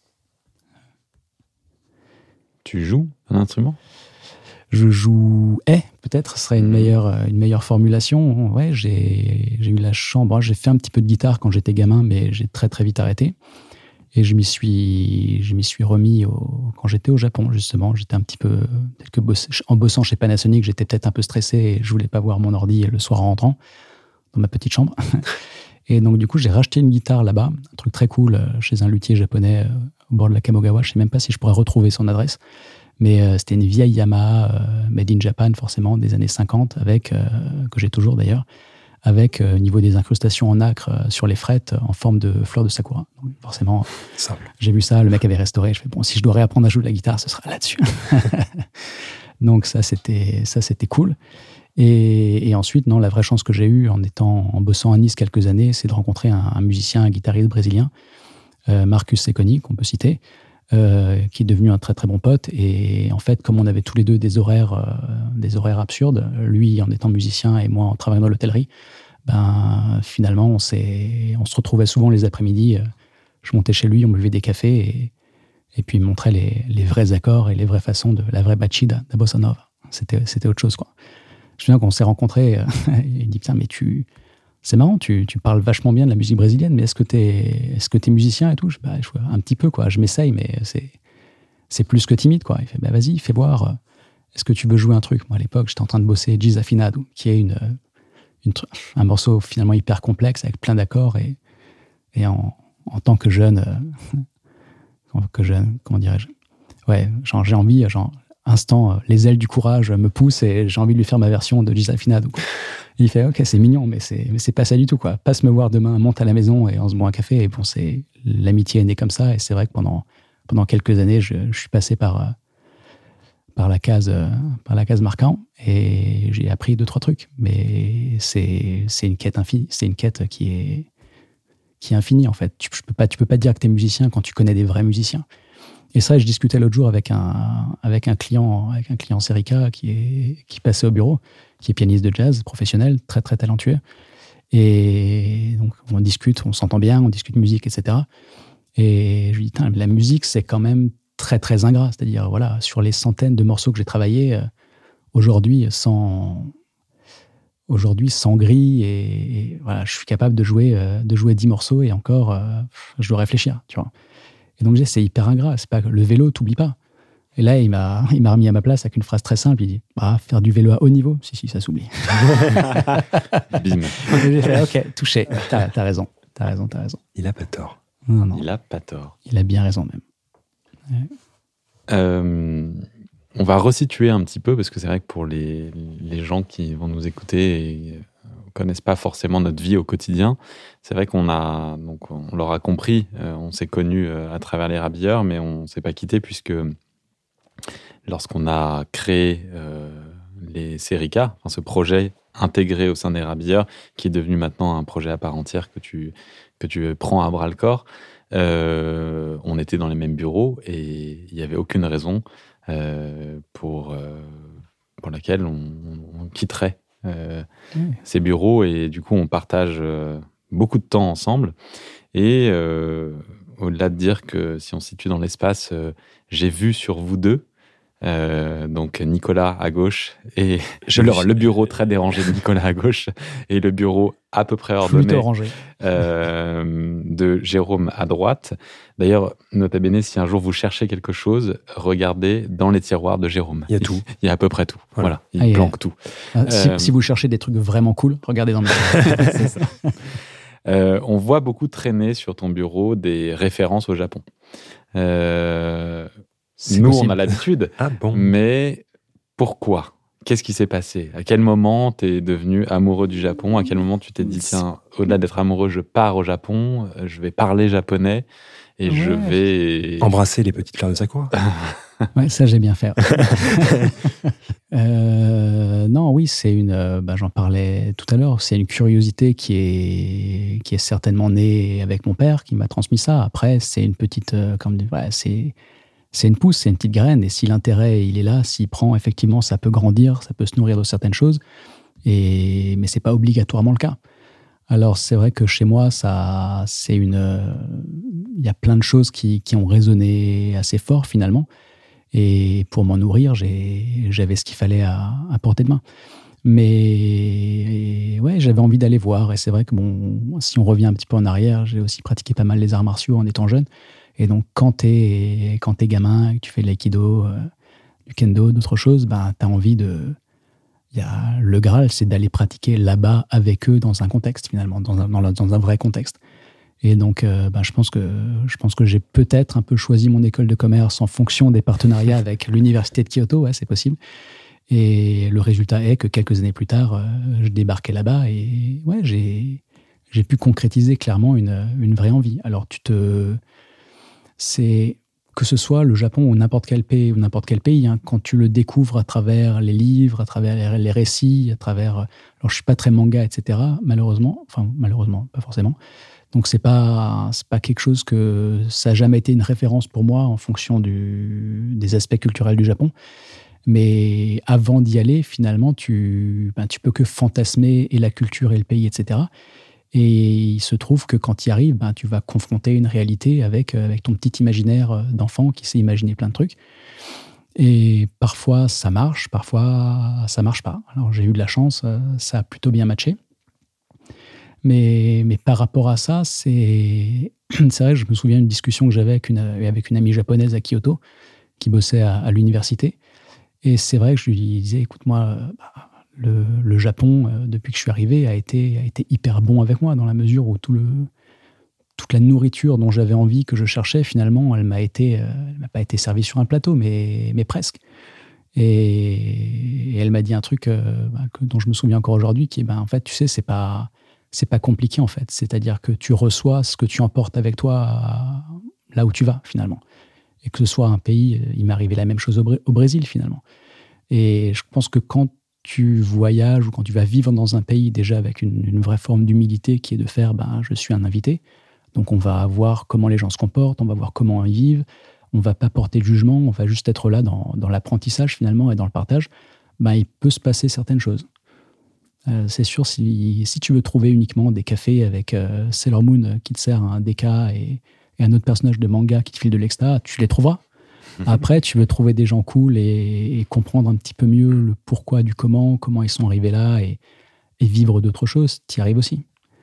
Tu joues un instrument ? Je joue eh, peut-être, ce serait une meilleure, une meilleure formulation. Ouais, j'ai, j'ai eu la chance. Bon, j'ai fait un petit peu de guitare quand j'étais gamin, mais j'ai très très vite arrêté. Et je m'y suis, je m'y suis remis au, quand j'étais au Japon, justement. J'étais un petit peu, peut-être que boss, en bossant chez Panasonic, j'étais peut-être un peu stressé et je voulais pas voir mon ordi le soir en rentrant dans ma petite chambre. Et donc, du coup, j'ai racheté une guitare là-bas, un truc très cool, euh, chez un luthier japonais euh, au bord de la Kamogawa. Je ne sais même pas si je pourrais retrouver son adresse. Mais euh, c'était une vieille Yamaha, euh, made in Japan, forcément, des années cinquante, avec, euh, que j'ai toujours d'ailleurs, avec, euh, au niveau des incrustations en nacre euh, sur les frettes, en forme de fleurs de sakura. Donc, forcément, simple. J'ai vu ça, le mec avait restauré. Je fais, bon, si je dois réapprendre à jouer de la guitare, ce sera là-dessus. Donc, ça, c'était, ça, c'était cool. Et, et ensuite, non, la vraie chance que j'ai eue en étant, en bossant à Nice quelques années, c'est de rencontrer un, un musicien, un guitariste brésilien, euh, Marcus Seconi, qu'on peut citer, euh, qui est devenu un très très bon pote. Et en fait, comme on avait tous les deux des horaires, euh, des horaires absurdes, lui en étant musicien et moi en travaillant dans l'hôtellerie, ben finalement, on s'est, on se retrouvait souvent les après-midi. Euh, je montais chez lui, on buvait des cafés et, et puis il me montrait les, les vrais accords et les vraies façons de la vraie batida, de bossa nova. C'était, c'était autre chose, quoi. Je me souviens qu'on s'est rencontrés, euh, il dit, putain, mais tu... C'est marrant, tu, tu parles vachement bien de la musique brésilienne, mais est-ce que t'es, est-ce que t'es musicien et tout? Je, bah, je, un petit peu, quoi. Je m'essaye, mais c'est, c'est plus que timide, quoi. Il fait, bah, vas-y, fais voir. Est-ce que tu veux jouer un truc? Moi, à l'époque, j'étais en train de bosser Desafinado, qui est une, une, un morceau finalement hyper complexe, avec plein d'accords, et, et en, en tant que jeune, euh, que jeune, comment dirais-je? Ouais, genre, j'ai envie, genre, instant, les ailes du courage me poussent et j'ai envie de lui faire ma version de Desafinado. Il fait, ok, c'est mignon, mais c'est, mais c'est pas ça du tout, quoi. Passe me voir demain, monte à la maison et on se boit un café. Et bon, c'est, l'amitié est née comme ça. Et c'est vrai que pendant, pendant quelques années, je, je suis passé par, par la case, par la case marquant et j'ai appris deux, trois trucs. Mais c'est, c'est une quête infinie. C'est une quête qui est, qui est infinie, en fait. Tu, tu peux pas, tu peux pas dire que t'es musicien quand tu connais des vrais musiciens. Et ça, je discutais l'autre jour avec un, avec un client, avec un client Serica qui est, qui passait au bureau, qui est pianiste de jazz professionnel, très très talentueux. Et donc on discute, on s'entend bien, on discute musique, et cetera. Et je lui dis, la musique, c'est quand même très très ingrat. C'est-à-dire, voilà, sur les centaines de morceaux que j'ai travaillés, euh, aujourd'hui, sans, aujourd'hui, sans grille, et, et voilà, je suis capable de jouer, euh, de jouer dix morceaux et encore, euh, je dois réfléchir, tu vois. Et donc, je dis, c'est hyper ingrat. C'est pas, le vélo, t'oublies pas. Et là, il m'a, il m'a remis à ma place avec une phrase très simple. Il dit, bah, faire du vélo à haut niveau, si, si, ça s'oublie. Bim. Et j'ai fait, ok, touché. T'as, t'as raison. T'as raison, t'as raison. Il a pas tort. Non, non. Il a pas tort. Il a bien raison, même. Ouais. Euh, on va resituer un petit peu, parce que c'est vrai que pour les, les gens qui vont nous écouter et ne connaissent pas forcément notre vie au quotidien, c'est vrai qu'on a, donc on l'aura compris, euh, on s'est connus euh, à travers les Rabilleurs, mais on ne s'est pas quittés, puisque lorsqu'on a créé euh, les Serica, enfin ce projet intégré au sein d'Erabier, qui est devenu maintenant un projet à part entière que tu, que tu prends à bras-le-corps. Euh, on était dans les mêmes bureaux et il n'y avait aucune raison euh, pour, euh, pour laquelle on, on quitterait euh, mmh. ces bureaux. Et du coup, on partage euh, beaucoup de temps ensemble. Et euh, au-delà de dire que si on se situe dans l'espace, euh, j'ai vu sur vous deux, Euh, donc Nicolas à gauche et je leur, le bureau très dérangé de Nicolas à gauche et le bureau à peu près ordonné euh, de Jérôme à droite. D'ailleurs, nota bene, si un jour vous cherchez quelque chose, regardez dans les tiroirs de Jérôme. Il y a tout. Il y a à peu près tout. Voilà, voilà. Il ah, planque a... tout. Ah, si, euh... si vous cherchez des trucs vraiment cool, regardez dans le tiroir. C'est ça. Euh, on voit beaucoup traîner sur ton bureau des références au Japon. Euh, C'est Nous, possible. on a l'habitude, ah bon. mais pourquoi ? Qu'est-ce qui s'est passé ? À quel moment tu es devenu amoureux du Japon ? À quel moment tu t'es dit, tiens, au-delà d'être amoureux, je pars au Japon, je vais parler japonais et ouais. je vais... Embrasser les petites fleurs de sakura. Ouais, ça, j'ai bien fait. euh, non, oui, c'est une... Euh, bah, j'en parlais tout à l'heure. C'est une curiosité qui est, qui est certainement née avec mon père, qui m'a transmis ça. Après, c'est une petite... Euh, comme, ouais, c'est... C'est une pousse, c'est une petite graine, et si l'intérêt il est là, s'il prend, effectivement, ça peut grandir, ça peut se nourrir de certaines choses, et, mais c'est pas obligatoirement le cas. Alors c'est vrai que chez moi, ça, c'est une, il y a plein de choses qui, qui ont résonné assez fort finalement, et pour m'en nourrir, j'ai, j'avais ce qu'il fallait à, à portée de main. Mais ouais, j'avais envie d'aller voir, et c'est vrai que bon, si on revient un petit peu en arrière, j'ai aussi pratiqué pas mal les arts martiaux en étant jeune. Et donc, quand t'es, quand t'es gamin, que tu fais de l'aïkido, euh, du kendo, d'autres choses, ben, t'as envie de... Y a, le Graal, c'est d'aller pratiquer là-bas avec eux dans un contexte, finalement, dans un, dans, la, dans un vrai contexte. Et donc, euh, ben, je pense que, je pense que j'ai peut-être un peu choisi mon école de commerce en fonction des partenariats avec l'université de Kyoto, ouais, c'est possible. Et le résultat est que quelques années plus tard, euh, je débarquais là-bas et ouais, j'ai, j'ai pu concrétiser clairement une, une vraie envie. Alors, tu te... C'est que ce soit le Japon ou n'importe quel pays, ou n'importe quel pays hein, quand tu le découvres à travers les livres, à travers les récits, à travers... Alors, je ne suis pas très manga, et cetera, malheureusement. Enfin, malheureusement, pas forcément. Donc, ce n'est pas, c'est pas quelque chose que... Ça n'a jamais été une référence pour moi en fonction du, des aspects culturels du Japon. Mais avant d'y aller, finalement, tu ben, tu peux que fantasmer et la culture et le pays, et cetera. Et il se trouve que quand tu y arrives, ben, tu vas confronter une réalité avec, avec ton petit imaginaire d'enfant qui sait imaginer plein de trucs. Et parfois, ça marche, parfois, ça marche pas. Alors, j'ai eu de la chance, ça a plutôt bien matché. Mais, mais par rapport à ça, c'est, c'est vrai, je me souviens d'une discussion que j'avais avec une, avec une amie japonaise à Kyoto qui bossait à, à l'université. Et c'est vrai que je lui disais, écoute-moi... Bah, Le, le Japon, euh, depuis que je suis arrivé, a été, a été hyper bon avec moi, dans la mesure où tout le, toute la nourriture dont j'avais envie, que je cherchais, finalement, elle m'a été, euh, elle m'a pas été servie sur un plateau, mais, mais presque. Et, et elle m'a dit un truc euh, bah, que, dont je me souviens encore aujourd'hui, qui est, bah, en fait, tu sais, c'est pas, c'est pas compliqué, en fait. C'est-à-dire que tu reçois ce que tu emportes avec toi à, là où tu vas, finalement. Et que ce soit un pays, il m'est arrivé la même chose au, Br- au Brésil, finalement. Et je pense que quand tu voyages ou quand tu vas vivre dans un pays déjà avec une, une vraie forme d'humilité qui est de faire ben, je suis un invité, donc on va voir comment les gens se comportent, on va voir comment ils vivent, on ne va pas porter de jugement, on va juste être là dans, dans l'apprentissage finalement et dans le partage, ben, il peut se passer certaines choses. Euh, c'est sûr, si, si tu veux trouver uniquement des cafés avec euh, Sailor Moon qui te sert un D K et, et un autre personnage de manga qui te file de l'exta, tu les trouveras. Après, tu veux trouver des gens cool et, et comprendre un petit peu mieux le pourquoi du comment, comment ils sont arrivés là et, et vivre d'autres choses, tu y arrives aussi.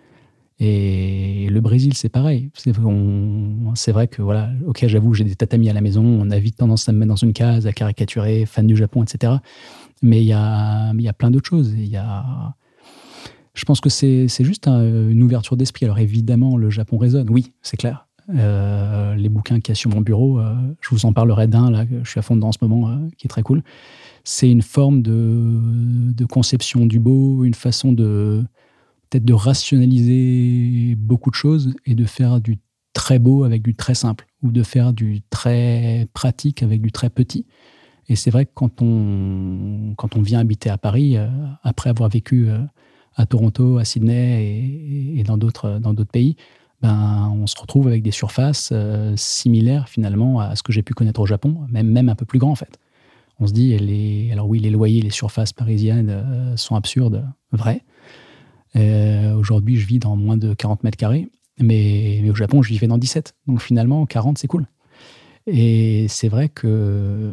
Et le Brésil, c'est pareil. C'est, on, c'est vrai que, voilà, ok, j'avoue, j'ai des tatamis à la maison, on a vite tendance à me mettre dans une case, à caricaturer, fan du Japon, et cetera. Mais il y a, il y a plein d'autres choses. Il y a... Je pense que c'est, c'est juste un, une ouverture d'esprit. Alors évidemment, le Japon résonne, oui, c'est clair. Euh, les bouquins qu'il y a sur mon bureau, euh, je vous en parlerai d'un là, que je suis à fond dedans en ce moment, euh, qui est très cool. C'est une forme de, de conception du beau, une façon de peut-être de rationaliser beaucoup de choses et de faire du très beau avec du très simple, ou de faire du très pratique avec du très petit. Et c'est vrai que quand on, quand on vient habiter à Paris, euh, après avoir vécu euh, à Toronto, à Sydney et, et dans, d'autres, dans d'autres pays, ben, on se retrouve avec des surfaces euh, similaires finalement à ce que j'ai pu connaître au Japon, même, même un peu plus grand en fait. On se dit, les, alors oui, les loyers, les surfaces parisiennes euh, sont absurdes, vrai. Euh, aujourd'hui, je vis dans moins de quarante mètres carrés, mais, mais au Japon, je vivais dans dix-sept. Donc finalement, quarante, c'est cool. Et c'est vrai que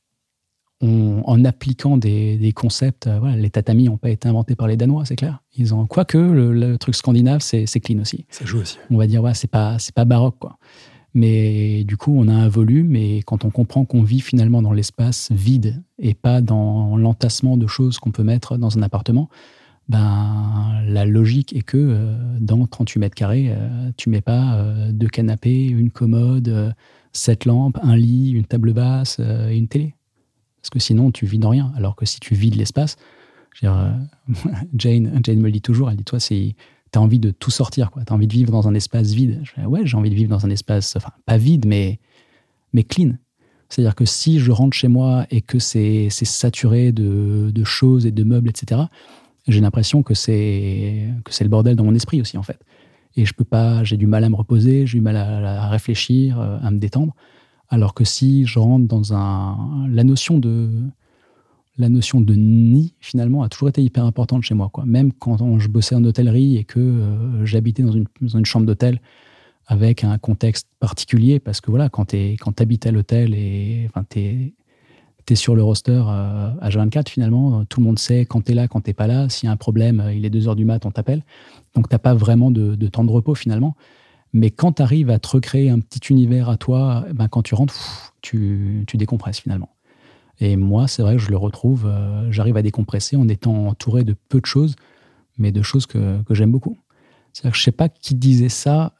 on, en appliquant des, des concepts, euh, voilà, les tatamis n'ont pas été inventés par les Danois, c'est clair. Ils ont, quoique, le, le truc scandinave, c'est, c'est clean aussi. Ça joue aussi. On va dire, ouais, c'est pas, c'est pas baroque, quoi. Mais du coup, on a un volume, et quand on comprend qu'on vit finalement dans l'espace vide et pas dans l'entassement de choses qu'on peut mettre dans un appartement, ben, la logique est que euh, dans trente-huit mètres carrés, euh, tu mets pas euh, deux canapés, une commode, euh, sept lampes, un lit, une table basse euh, et une télé. Parce que sinon, tu vis dans rien. Alors que si tu vides l'espace, je veux dire, euh, Jane, Jane me le dit toujours, elle dit, toi, c'est... tu as envie de tout sortir, tu as envie de vivre dans un espace vide. Je dis, ouais, j'ai envie de vivre dans un espace, enfin, pas vide, mais, mais clean. C'est-à-dire que si je rentre chez moi et que c'est, c'est saturé de, de choses et de meubles, et cetera, j'ai l'impression que c'est, que c'est le bordel dans mon esprit aussi, en fait. Et je peux pas, j'ai du mal à me reposer, j'ai du mal à, à réfléchir, à me détendre. Alors que si je rentre dans un... La notion de... La notion de nid, finalement, a toujours été hyper importante chez moi, quoi. Même quand je bossais en hôtellerie et que euh, j'habitais dans une, dans une chambre d'hôtel avec un contexte particulier, parce que voilà, quand tu quand habites à l'hôtel et enfin, tu es sur le roster euh, H vingt-quatre, finalement, tout le monde sait quand tu es là, quand tu n'es pas là. S'il y a un problème, il est deux heures du mat, on t'appelle. Donc, tu n'as pas vraiment de, de temps de repos, finalement. Mais quand tu arrives à te recréer un petit univers à toi, ben, quand tu rentres, pff, tu, tu décompresses, finalement. Et moi, c'est vrai que je le retrouve, euh, j'arrive à décompresser en étant entouré de peu de choses, mais de choses que, que j'aime beaucoup. C'est-à-dire que je ne sais pas qui disait ça,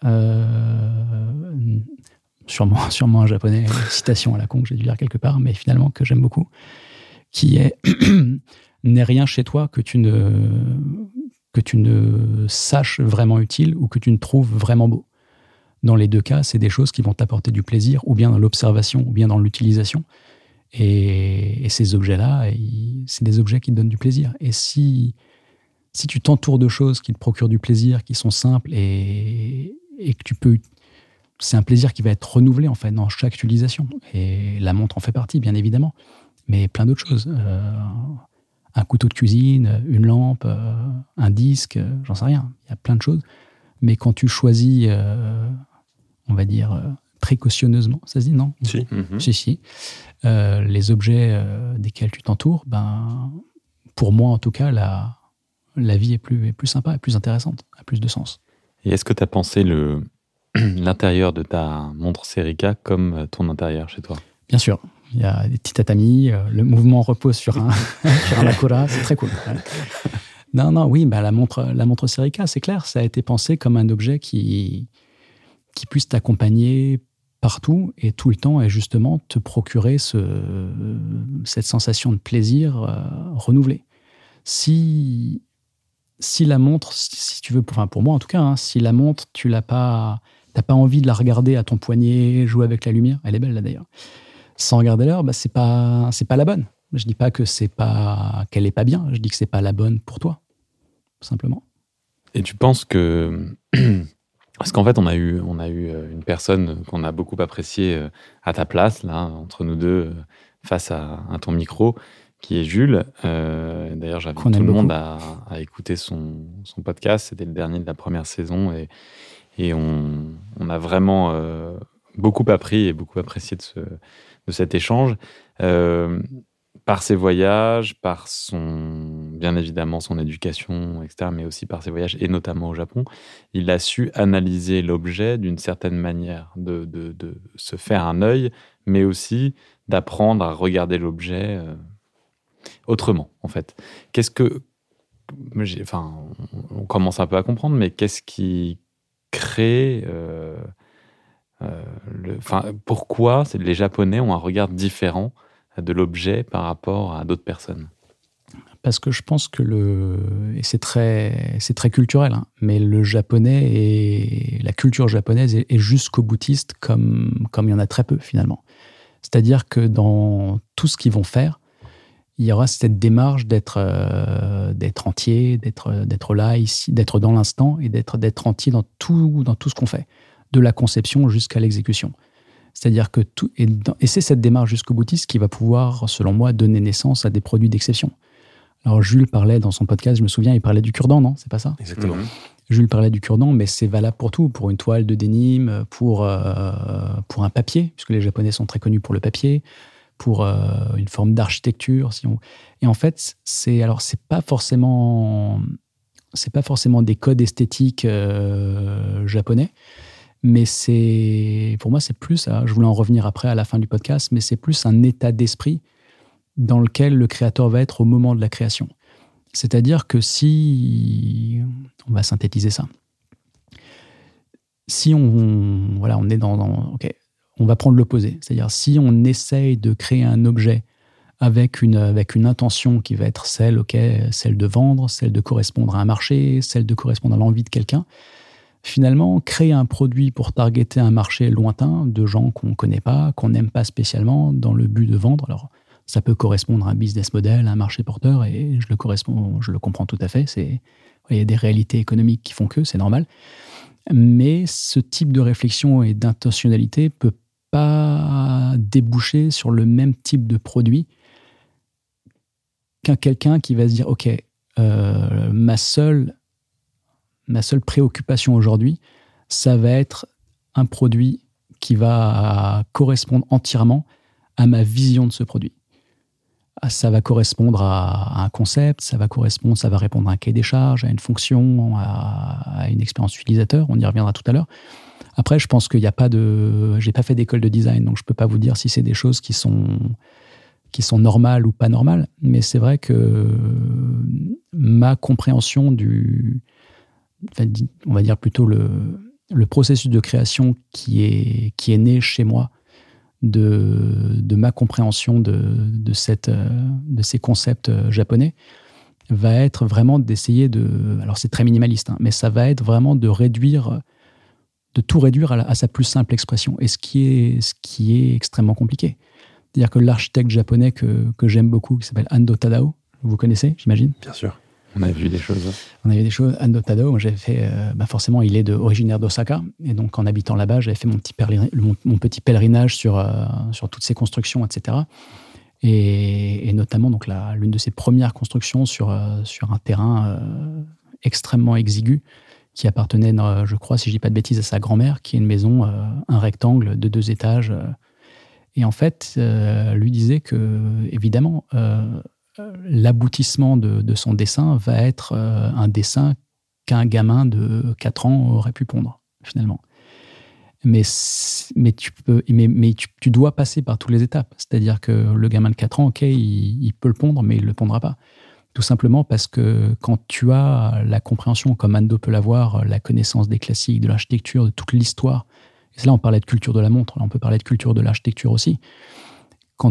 euh, sûrement, sûrement un japonais, une citation à la con que j'ai dû lire quelque part, mais finalement que j'aime beaucoup, qui est « N'est rien chez toi que tu, ne, que tu ne saches vraiment utile ou que tu ne trouves vraiment beau. » Dans les deux cas, c'est des choses qui vont t'apporter du plaisir, ou bien dans l'observation, ou bien dans l'utilisation. Et, et ces objets-là, ils, c'est des objets qui te donnent du plaisir. Et si, si tu t'entoures de choses qui te procurent du plaisir, qui sont simples, et, et que tu peux... C'est un plaisir qui va être renouvelé, en fait, dans chaque utilisation. Et la montre en fait partie, bien évidemment. Mais plein d'autres choses. Euh, un couteau de cuisine, une lampe, euh, un disque, euh, j'en sais rien. Il y a plein de choses. Mais quand tu choisis, euh, on va dire... Euh, précautionneusement, ça se dit, non ? Si. Mm-hmm. Si, si. Euh, les objets euh, desquels tu t'entoures, ben, pour moi, en tout cas, la, la vie est plus, est plus sympa, est plus intéressante, a plus de sens. Et est-ce que tu as pensé le, l'intérieur de ta montre Serica comme ton intérieur chez toi ? Bien sûr. Il y a des petits tatamis, euh, le mouvement repose sur un, sur un Akura, c'est très cool. Ouais. Non, non, oui, ben, la montre, la montre Serica, c'est clair, ça a été pensé comme un objet qui, qui puisse t'accompagner partout et tout le temps, et justement te procurer ce, cette sensation de plaisir euh, renouvelée. Si, si la montre, si, si tu veux, enfin pour moi en tout cas, hein, si la montre, tu l'as pas, t'as pas envie de la regarder à ton poignet, jouer avec la lumière, elle est belle là d'ailleurs, sans regarder l'heure, bah, c'est pas, c'est pas la bonne. Je dis pas que c'est pas, qu'elle est pas bien, je dis que c'est pas la bonne pour toi, simplement. Et tu penses que... Parce qu'en fait, on a eu, on a eu une personne qu'on a beaucoup appréciée à ta place, là, entre nous deux, face à, à ton micro, qui est Jules. Euh, d'ailleurs, j'invite tout le beaucoup. monde à, à écouter son, son podcast. C'était le dernier de la première saison. Et, et on, on a vraiment euh, beaucoup appris et beaucoup apprécié de, ce, de cet échange. Euh, par ses voyages, par son, bien évidemment son éducation, et cetera, mais aussi par ses voyages, et notamment au Japon, il a su analyser l'objet d'une certaine manière, de, de, de se faire un œil, mais aussi d'apprendre à regarder l'objet euh, autrement, en fait. Qu'est-ce que... J'ai, enfin, on commence un peu à comprendre, mais qu'est-ce qui crée... Euh, euh, le, enfin, pourquoi les Japonais ont un regard différent de l'objet par rapport à d'autres personnes? Parce que je pense que le... Et c'est très, c'est très culturel, hein, mais le japonais et la culture japonaise est, est jusqu'au boutiste comme, comme il y en a très peu, finalement. C'est-à-dire que dans tout ce qu'ils vont faire, il y aura cette démarche d'être, euh, d'être entier, d'être, d'être là, ici, d'être dans l'instant et d'être, d'être entier dans tout, dans tout ce qu'on fait, de la conception jusqu'à l'exécution. C'est-à-dire que tout, et, dans, et c'est cette démarche jusqu'au boutiste qui va pouvoir, selon moi, donner naissance à des produits d'exception. Alors Jules parlait dans son podcast, je me souviens, il parlait du cure-dent, non ? C'est pas ça ? Exactement. Mhm. Jules parlait du cure-dent, mais c'est valable pour tout, pour une toile de dénime, pour, euh, pour un papier, puisque les Japonais sont très connus pour le papier, pour euh, une forme d'architecture. Si on... Et en fait, c'est, alors, c'est pas forcément, c'est pas forcément des codes esthétiques euh, japonais, mais c'est, pour moi, c'est plus, je voulais en revenir après à la fin du podcast, mais c'est plus un état d'esprit dans lequel le créateur va être au moment de la création. C'est-à-dire que si, on va synthétiser ça, si on, voilà, on est dans, dans ok, on va prendre l'opposé, c'est-à-dire si on essaye de créer un objet avec une, avec une intention qui va être celle, ok, celle de vendre, celle de correspondre à un marché, celle de correspondre à l'envie de quelqu'un, finalement, créer un produit pour targeter un marché lointain de gens qu'on ne connaît pas, qu'on n'aime pas spécialement, dans le but de vendre, alors ça peut correspondre à un business model, à un marché porteur, et je le, correspond, je le comprends tout à fait. C'est, il y a des réalités économiques qui font que, c'est normal. Mais ce type de réflexion et d'intentionnalité ne peut pas déboucher sur le même type de produit qu'un quelqu'un qui va se dire « Ok, euh, ma seule, ma seule préoccupation aujourd'hui, ça va être un produit qui va correspondre entièrement à ma vision de ce produit. » Ça va correspondre à, à un concept, ça va correspondre, ça va répondre à un cahier des charges, à une fonction, à, à une expérience utilisateur. On y reviendra tout à l'heure. Après, je pense qu'il n'y a pas de... J'ai pas fait d'école de design, donc je peux pas vous dire si c'est des choses qui sont, qui sont normales ou pas normales. Mais c'est vrai que ma compréhension du... Enfin, on va dire plutôt le, le processus de création qui est, qui est né chez moi De, de ma compréhension de, de, cette, de ces concepts japonais va être vraiment d'essayer de... Alors c'est très minimaliste, hein, mais ça va être vraiment de réduire, de tout réduire à, la, à sa plus simple expression, et ce qui est, ce qui est extrêmement compliqué. C'est-à-dire que l'architecte japonais que, que j'aime beaucoup, qui s'appelle Ando Tadao, vous connaissez, j'imagine ? Bien sûr. On a vu des choses. On avait des choses. Ando Tadao, moi j'avais fait, euh, bah forcément, il est de, originaire d'Osaka. Et donc, en habitant là-bas, j'avais fait mon petit, pèlerin, mon, mon petit pèlerinage sur, euh, sur toutes ces constructions, et cetera. Et, et notamment, donc, la, l'une de ses premières constructions sur, euh, sur un terrain euh, extrêmement exigu qui appartenait, euh, je crois, si je ne dis pas de bêtises, à sa grand-mère, qui est une maison, euh, un rectangle de deux étages. Euh, et en fait, euh, lui disait que, évidemment, euh, l'aboutissement de, de son dessin va être euh, un dessin qu'un gamin de quatre ans aurait pu pondre, finalement. Mais, mais, tu, peux, mais, mais tu, tu dois passer par toutes les étapes. C'est-à-dire que le gamin de quatre ans, ok, il, il peut le pondre, mais il ne le pondra pas. Tout simplement parce que quand tu as la compréhension, comme Ando peut l'avoir, la connaissance des classiques, de l'architecture, de toute l'histoire, et là on parlait de culture de la montre, là on peut parler de culture de l'architecture aussi, quand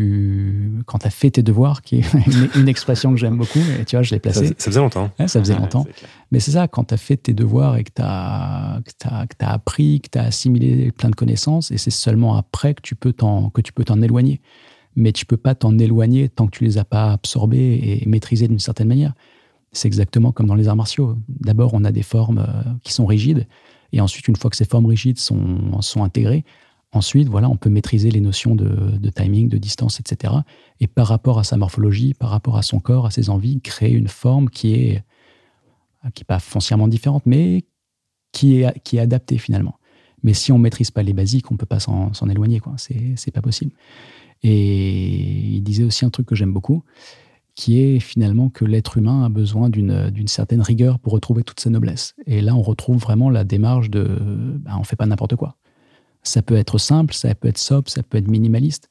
tu quand as fait tes devoirs, qui est une, une expression que j'aime beaucoup, et tu vois, je l'ai placée. Ça, ça faisait longtemps. Ouais, ça faisait longtemps. Ouais, mais c'est ça, quand tu as fait tes devoirs et que tu as appris, que tu as assimilé plein de connaissances, et c'est seulement après que tu peux t'en, que tu peux t'en éloigner. Mais tu ne peux pas t'en éloigner tant que tu ne les as pas absorbés et maîtrisés d'une certaine manière. C'est exactement comme dans les arts martiaux. D'abord, on a des formes qui sont rigides, et ensuite, une fois que ces formes rigides sont, sont intégrées, ensuite, voilà, on peut maîtriser les notions de, de timing, de distance, et cetera. Et par rapport à sa morphologie, par rapport à son corps, à ses envies, créer une forme qui est, qui est pas foncièrement différente, mais qui est, qui est adaptée finalement. Mais si on ne maîtrise pas les basiques, on ne peut pas s'en, s'en éloigner, quoi. C'est, c'est pas possible. Et il disait aussi un truc que j'aime beaucoup, qui est finalement que l'être humain a besoin d'une, d'une certaine rigueur pour retrouver toute sa noblesse. Et là, on retrouve vraiment la démarche de ben, on ne fait pas n'importe quoi. Ça peut être simple, ça peut être sobre, ça peut être minimaliste,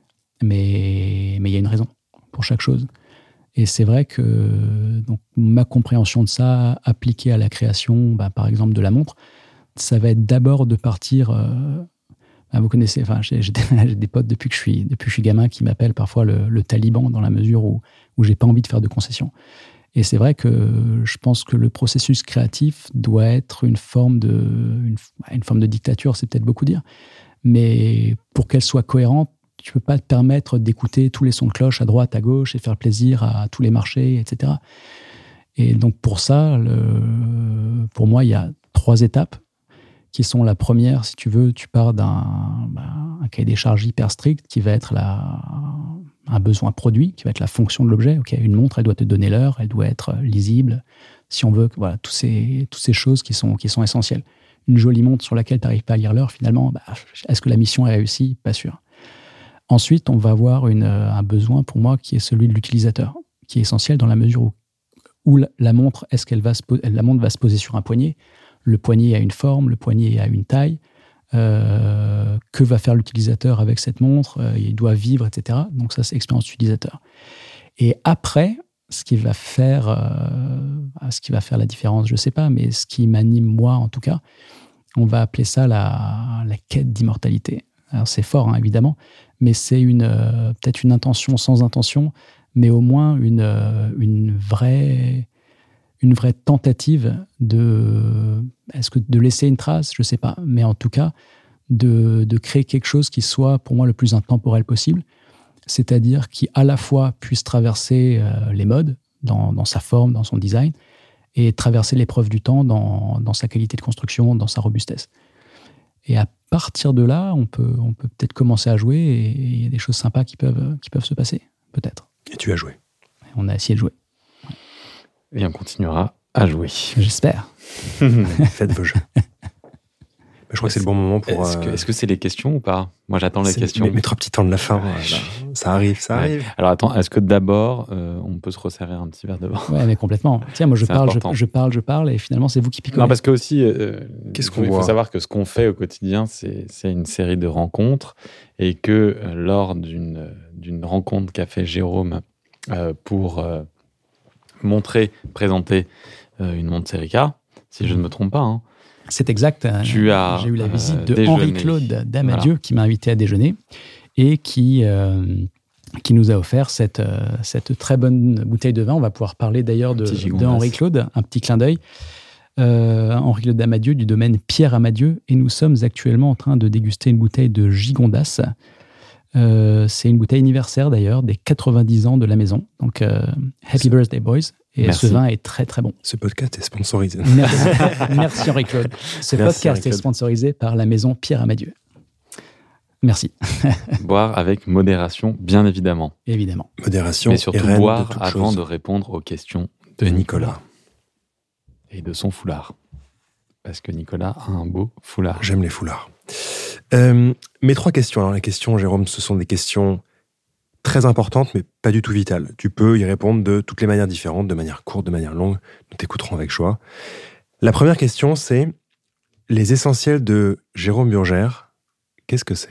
mais mais il y a une raison pour chaque chose. Et c'est vrai que donc, ma compréhension de ça, appliquée à la création, bah, par exemple, de la montre, ça va être d'abord de partir... Euh, bah, vous connaissez, enfin, j'ai, j'ai, des, j'ai des potes depuis que je suis, depuis que je suis gamin qui m'appellent parfois le, le taliban, dans la mesure où, où je n'ai pas envie de faire de concessions. Et c'est vrai que je pense que le processus créatif doit être une forme de, une, une forme de dictature, c'est peut-être beaucoup dire, mais pour qu'elle soit cohérente, tu peux pas te permettre d'écouter tous les sons de cloche à droite, à gauche et faire plaisir à tous les marchés, et cetera. Et donc pour ça, le, pour moi, il y a trois étapes qui sont la première, si tu veux, tu pars d'un bah, un cahier des charges hyper strict qui va être la, un besoin produit, qui va être la fonction de l'objet. Okay, une montre, elle doit te donner l'heure, elle doit être lisible. Si on veut, voilà, tous ces, toutes ces choses qui sont, qui sont essentielles. Une jolie montre sur laquelle tu n'arrives pas à lire l'heure, finalement, bah, est-ce que la mission est réussie ? Pas sûr. Ensuite, on va avoir une, un besoin, pour moi, qui est celui de l'utilisateur, qui est essentiel dans la mesure où, où la, la montre, est-ce qu'elle va se, la montre va se poser sur un poignet ? Le poignet a une forme, le poignet a une taille. Euh, que va faire l'utilisateur avec cette montre ? euh, Il doit vivre, et cetera. Donc ça, c'est l'expérience utilisateur. Et après, ce qui va faire, euh, ce qui va faire la différence, je ne sais pas, mais ce qui m'anime moi, en tout cas, on va appeler ça la, la quête d'immortalité. Alors c'est fort, hein, évidemment, mais c'est une, euh, peut-être une intention sans intention, mais au moins une, euh, une vraie... une vraie tentative de, est-ce que de laisser une trace, je ne sais pas, mais en tout cas, de, de créer quelque chose qui soit pour moi le plus intemporel possible, c'est-à-dire qui à la fois puisse traverser euh, les modes dans, dans sa forme, dans son design, et traverser l'épreuve du temps dans, dans sa qualité de construction, dans sa robustesse. Et à partir de là, on peut, on peut peut-être commencer à jouer, et il y a des choses sympas qui peuvent, qui peuvent se passer, peut-être. Et tu as joué. On a essayé de jouer. Et on continuera à jouer. J'espère. Faites vos jeux. Je crois que c'est le bon moment pour... Est-ce que, est-ce que c'est les questions ou pas ? Moi, j'attends les c'est questions. Mes, mes trois petits temps de la fin. Ouais, là, ça arrive, ça ouais. arrive. Alors attends, est-ce que d'abord, euh, on peut se resserrer un petit verre de vin ? Ouais, mais complètement. Tiens, moi, je parle, je, je parle, je parle, et finalement, c'est vous qui picolez. Non, parce que aussi, euh, Qu'est-ce faut, qu'on il voit ? faut savoir que ce qu'on fait au quotidien, c'est, c'est une série de rencontres, et que euh, lors d'une, d'une rencontre qu'a fait Jérôme euh, pour euh, montrer, présenter euh, une montre Serica, si je ne me trompe pas, hein, c'est exact. Tu as J'ai eu la visite euh, de déjeuné. Henri-Claude Damadieu, Voilà. qui m'a invité à déjeuner et qui, euh, qui nous a offert cette, euh, cette très bonne bouteille de vin. On va pouvoir parler d'ailleurs de, de Henri-Claude, un petit clin d'œil. Euh, Henri-Claude Damadieu du domaine Pierre Amadieu, et nous sommes actuellement en train de déguster une bouteille de Gigondas. Euh, c'est une bouteille anniversaire d'ailleurs, des quatre-vingt-dix ans de la maison. Donc, euh, Happy c'est... Birthday Boys. Et Merci. Ce vin est très très bon. Ce podcast est sponsorisé. Merci, Merci Henri-Claude. Ce Merci podcast Henri-Claude. Est sponsorisé par la maison Pierre Amadieu. Merci. Boire avec modération, bien évidemment. Évidemment. Modération. Mais surtout boire avant chose. de répondre aux questions de, de Nicolas. Nicolas. Et de son foulard. Parce que Nicolas a un beau foulard. J'aime les foulards. Euh, mes trois questions. Alors les questions, Jérôme, ce sont des questions très importante, mais pas du tout vitale. Tu peux y répondre de toutes les manières différentes, de manière courte, de manière longue. Nous t'écouterons avec choix. La première question, c'est les essentiels de Jérôme Burgère. Qu'est-ce que c'est ?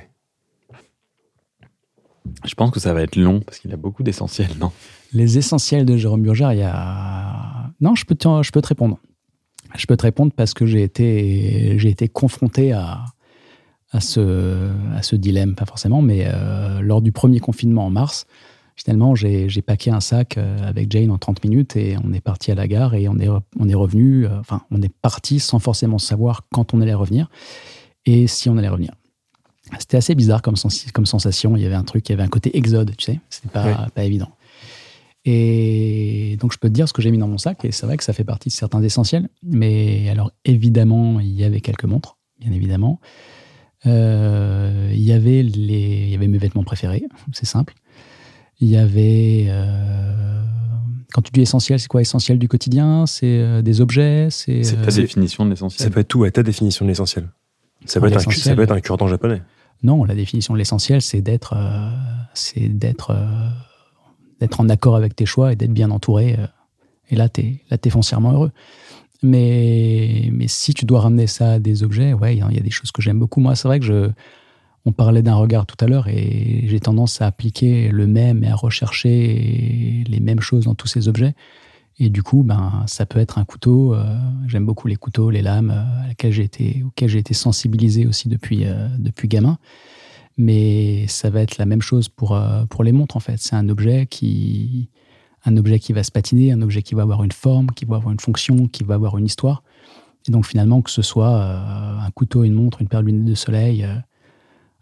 Je pense que ça va être long, parce qu'il a beaucoup d'essentiels, non ? Les essentiels de Jérôme Burgère, il y a... Non, je peux te, je peux te répondre. Je peux te répondre parce que j'ai été, j'ai été confronté à... À ce, à ce dilemme, pas forcément, mais euh, lors du premier confinement en mars, finalement, j'ai, j'ai paqué un sac euh, avec Jane en trente minutes et on est parti à la gare et on est, on est revenu, euh, enfin, on est parti sans forcément savoir quand on allait revenir et si on allait revenir. C'était assez bizarre comme, sens- comme sensation. Il y avait un truc, il y avait un côté exode, tu sais, c'était pas, oui. pas évident. Et donc, je peux te dire ce que j'ai mis dans mon sac et c'est vrai que ça fait partie de certains essentiels. Mais alors, évidemment, il y avait quelques montres, bien évidemment. Euh, il y avait les, il y avait mes vêtements préférés, c'est simple. Il y avait, euh, quand tu dis essentiel, c'est quoi essentiel du quotidien ? C'est euh, des objets, c'est. C'est ta euh, définition de l'essentiel. Ça peut être tout, ouais, ta définition de l'essentiel. Ça peut, être un, ça peut être un cure-dent japonais. Non, la définition de l'essentiel, c'est d'être, euh, c'est d'être, euh, d'être en accord avec tes choix et d'être bien entouré. Euh, et là, t'es, là, t'es foncièrement heureux. Mais, mais si tu dois ramener ça à des objets, ouais, il y a des choses que j'aime beaucoup. Moi, c'est vrai que je, on parlait d'un regard tout à l'heure et j'ai tendance à appliquer le même et à rechercher les mêmes choses dans tous ces objets. Et du coup, ben, ça peut être un couteau. Euh, j'aime beaucoup les couteaux, les lames, euh, à laquelle j'ai été, auxquelles j'ai été sensibilisé aussi depuis, euh, depuis gamin. Mais ça va être la même chose pour, euh, pour les montres, en fait. C'est un objet qui... un objet qui va se patiner, un objet qui va avoir une forme, qui va avoir une fonction, qui va avoir une histoire. Et donc finalement, que ce soit euh, un couteau, une montre, une paire de lunettes de soleil, euh,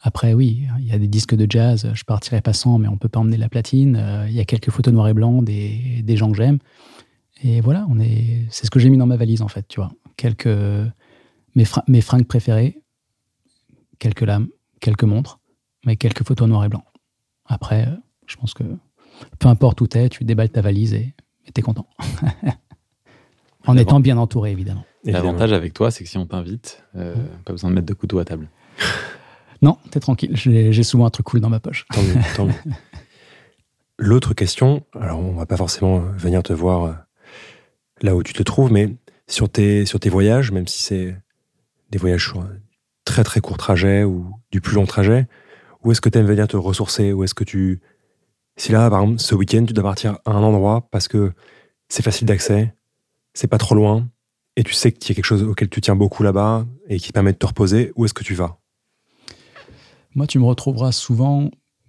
Après, oui, il y a des disques de jazz, je partirai pas sans, mais on peut pas emmener la platine. Euh, il y a quelques photos noir et blanc des, des gens que j'aime. Et voilà, on est, c'est ce que j'ai mis dans ma valise, en fait, tu vois. Quelques, mes, fr- mes fringues préférées, quelques lames, quelques montres, mais quelques photos noir et blanc. Après, euh, je pense que peu importe où t'es, tu déballes ta valise et, et t'es content. En étant bien entouré, évidemment. L'avantage avec toi, c'est que si on t'invite, euh, mmh. pas besoin de mettre de couteau à table. Non, t'es tranquille. J'ai, j'ai souvent un truc cool dans ma poche. Tant mieux, tant mieux. L'autre question, alors on va pas forcément venir te voir là où tu te trouves, mais sur tes, sur tes voyages, même si c'est des voyages sur un très très court trajet ou du plus long trajet, où est-ce que tu aimes venir te ressourcer? Où est-ce que tu... Si là, par exemple, ce week-end, tu dois partir à un endroit parce que c'est facile d'accès, c'est pas trop loin, et tu sais qu'il y a quelque chose auquel tu tiens beaucoup là-bas et qui permet de te reposer, où est-ce que tu vas? Moi, tu me retrouveras souvent...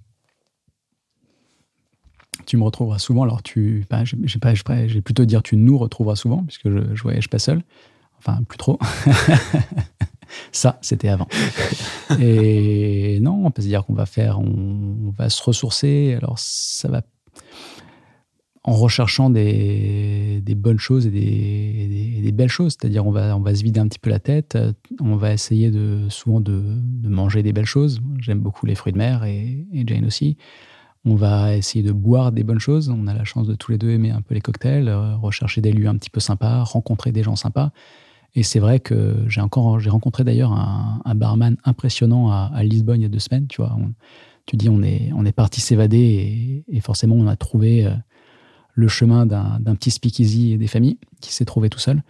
Tu me retrouveras souvent, alors tu... Ben, j'ai, j'ai, pas, j'ai plutôt dire tu nous retrouveras souvent, puisque je, je voyage pas seul. Enfin, plus trop. Ça, c'était avant. Et non, on peut se dire qu'on va faire... On, on va se ressourcer. Alors, ça va... En recherchant des, des bonnes choses et des, des, des belles choses. C'est-à-dire, on va, on va se vider un petit peu la tête. On va essayer de, souvent de, de manger des belles choses. J'aime beaucoup les fruits de mer et, et Jane aussi. On va essayer de boire des bonnes choses. On a la chance de tous les deux aimer un peu les cocktails, euh, rechercher des lieux un petit peu sympas, rencontrer des gens sympas. Et c'est vrai que j'ai encore, j'ai rencontré d'ailleurs un, un barman impressionnant à, à Lisbonne il y a deux semaines. Tu vois, on, tu dis, on est, on est parti s'évader et, et forcément, on a trouvé... Euh, le chemin d'un, d'un petit speakeasy et des familles qui s'est trouvé tout seul.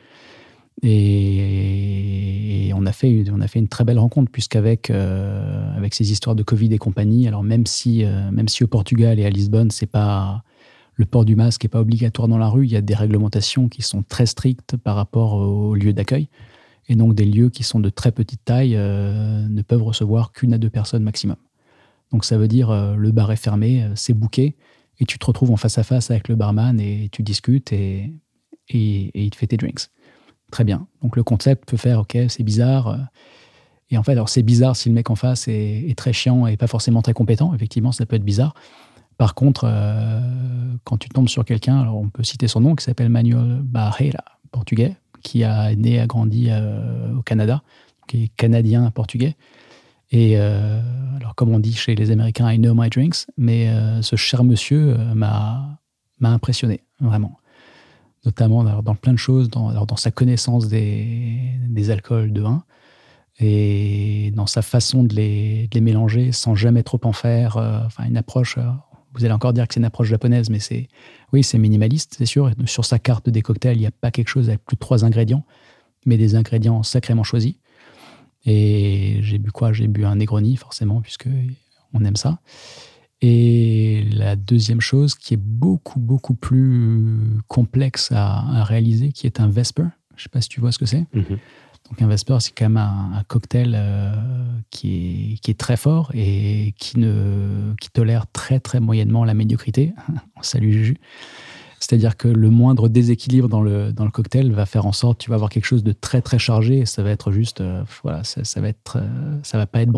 Et, et on, a fait, on a fait une très belle rencontre, puisqu'avec euh, avec ces histoires de Covid et compagnie, alors même si, euh, même si au Portugal et à Lisbonne, c'est pas, le port du masque n'est pas obligatoire dans la rue, il y a des réglementations qui sont très strictes par rapport aux lieux d'accueil. Et donc des lieux qui sont de très petite taille euh, ne peuvent recevoir qu'une à deux personnes maximum. Donc ça veut dire euh, le bar est fermé, euh, c'est booké, et tu te retrouves en face à face avec le barman et tu discutes et, et, et il te fait tes drinks. Très bien. Donc le concept peut faire, ok, c'est bizarre. Et en fait, alors c'est bizarre si le mec en face est, est très chiant et pas forcément très compétent. Effectivement, ça peut être bizarre. Par contre, euh, quand tu tombes sur quelqu'un, alors on peut citer son nom, qui s'appelle Manuel Barreira, portugais, qui a né, a grandi euh, au Canada, qui est canadien portugais. Et euh, alors, comme on dit chez les Américains, I know my drinks, mais euh, ce cher monsieur euh, m'a, m'a impressionné, vraiment. Notamment alors, dans plein de choses, dans, alors, dans sa connaissance des, des alcools de vin, et dans sa façon de les, de les mélanger sans jamais trop en faire. Euh, enfin, une approche, euh, vous allez encore dire que c'est une approche japonaise, mais c'est, oui, c'est minimaliste, c'est sûr. Et sur sa carte des cocktails, il n'y a pas quelque chose avec plus de trois ingrédients, mais des ingrédients sacrément choisis. Et j'ai bu quoi? J'ai bu un Negroni, forcément, puisqu'on aime ça. Et la deuxième chose, qui est beaucoup, beaucoup plus complexe à, à réaliser, qui est un Vesper. Je ne sais pas si tu vois ce que c'est. Mm-hmm. Donc un Vesper, c'est quand même un, un cocktail euh, qui, est, qui est très fort et qui, ne, qui tolère très, très moyennement la médiocrité. Salut Juju. C'est-à-dire que le moindre déséquilibre dans le, dans le cocktail va faire en sorte que tu vas avoir quelque chose de très très chargé et ça va être juste, euh, voilà, ça, ça va être, euh, ça va pas être bon.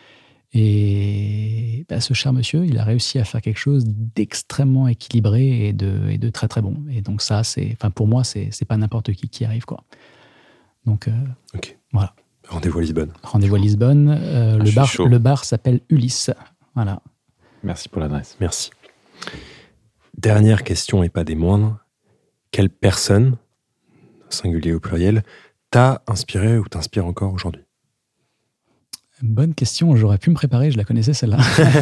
Et bah, ce cher monsieur, il a réussi à faire quelque chose d'extrêmement équilibré et de, et de très très bon. Et donc ça, c'est, enfin pour moi, c'est, c'est pas n'importe qui qui y arrive, quoi. Donc euh, ok. Voilà. Rendez-vous à Lisbonne. Rendez-vous à Lisbonne. Euh, ah, le bar, le bar s'appelle Ulysse. Voilà. Merci pour l'adresse. Merci. Dernière question et pas des moindres. Quelle personne, singulier au pluriel, t'a inspiré ou t'inspire encore aujourd'hui? Bonne question. J'aurais pu me préparer. Je la connaissais celle-là.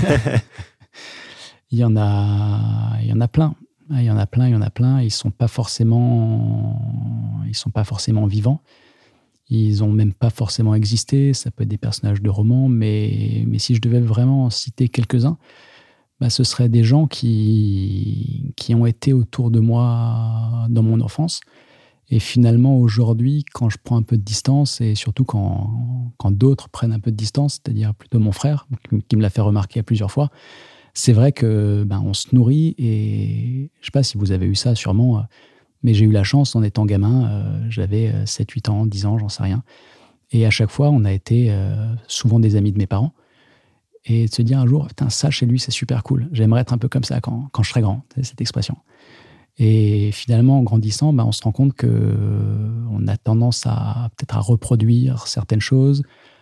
il y en a, il y en a plein. Il y en a plein. Il y en a plein. Ils sont pas forcément, ils sont pas forcément vivants. Ils ont même pas forcément existé. Ça peut être des personnages de romans, mais mais si je devais vraiment citer quelques-uns. Bah, ce seraient des gens qui, qui ont été autour de moi dans mon enfance. Et finalement, aujourd'hui, quand je prends un peu de distance, et surtout quand, quand d'autres prennent un peu de distance, c'est-à-dire plutôt mon frère, qui me l'a fait remarquer à plusieurs fois, c'est vrai que ben, on se nourrit, et je ne sais pas si vous avez eu ça sûrement, mais j'ai eu la chance, en étant gamin, euh, j'avais sept huit ans, dix ans, j'en sais rien. Et à chaque fois, on a été euh, souvent des amis de mes parents. et de se dire un jour, putain, ça chez lui, c'est super cool. J'aimerais être un peu comme ça quand, quand je serai grand, c'est cette expression. Et finalement, en grandissant, bah, on se rend compte qu'on a tendance à peut-être à reproduire certaines choses.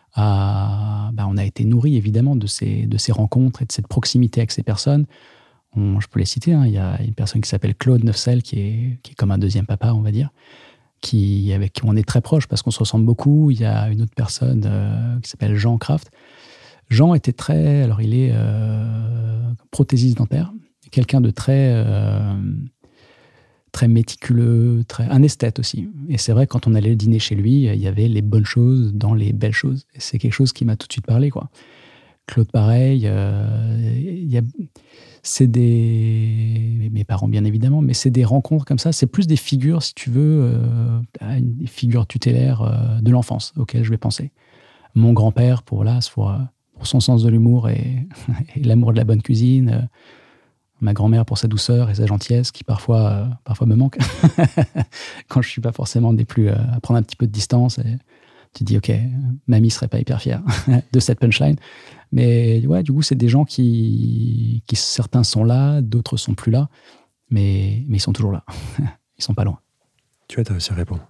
À, bah, on a été nourri évidemment de ces, de ces rencontres et de cette proximité avec ces personnes. On, je peux les citer, hein. Il y a une personne qui s'appelle Claude Neufsel, qui est, qui est comme un deuxième papa, on va dire, qui, avec qui on est très proche parce qu'on se ressemble beaucoup. Il y a une autre personne euh, qui s'appelle Jean Kraft. Jean était très... Alors, il est euh, prothésiste dentaire, quelqu'un de très... Euh, très méticuleux, très, un esthète aussi. Et c'est vrai, quand on allait dîner chez lui, il y avait les bonnes choses dans les belles choses. Et c'est quelque chose qui m'a tout de suite parlé, quoi. Claude, pareil. Euh, il y a, c'est des... Mes parents, bien évidemment, mais c'est des rencontres comme ça. C'est plus des figures, si tu veux, euh, des figures tutélaires euh, de l'enfance auxquelles je vais penser. Mon grand-père, pour, là, pour, pour son sens de l'humour et, et l'amour de la bonne cuisine. Euh, ma grand-mère pour sa douceur et sa gentillesse qui parfois, euh, parfois me manque quand je ne suis pas forcément des plus euh, à prendre un petit peu de distance. Et tu te dis, OK, mamie ne serait pas hyper fière de cette punchline. Mais ouais, du coup, c'est des gens qui, qui certains sont là, d'autres sont plus là, mais, mais ils sont toujours là. Ils sont pas loin. Tu vois, tu as aussi à répondre.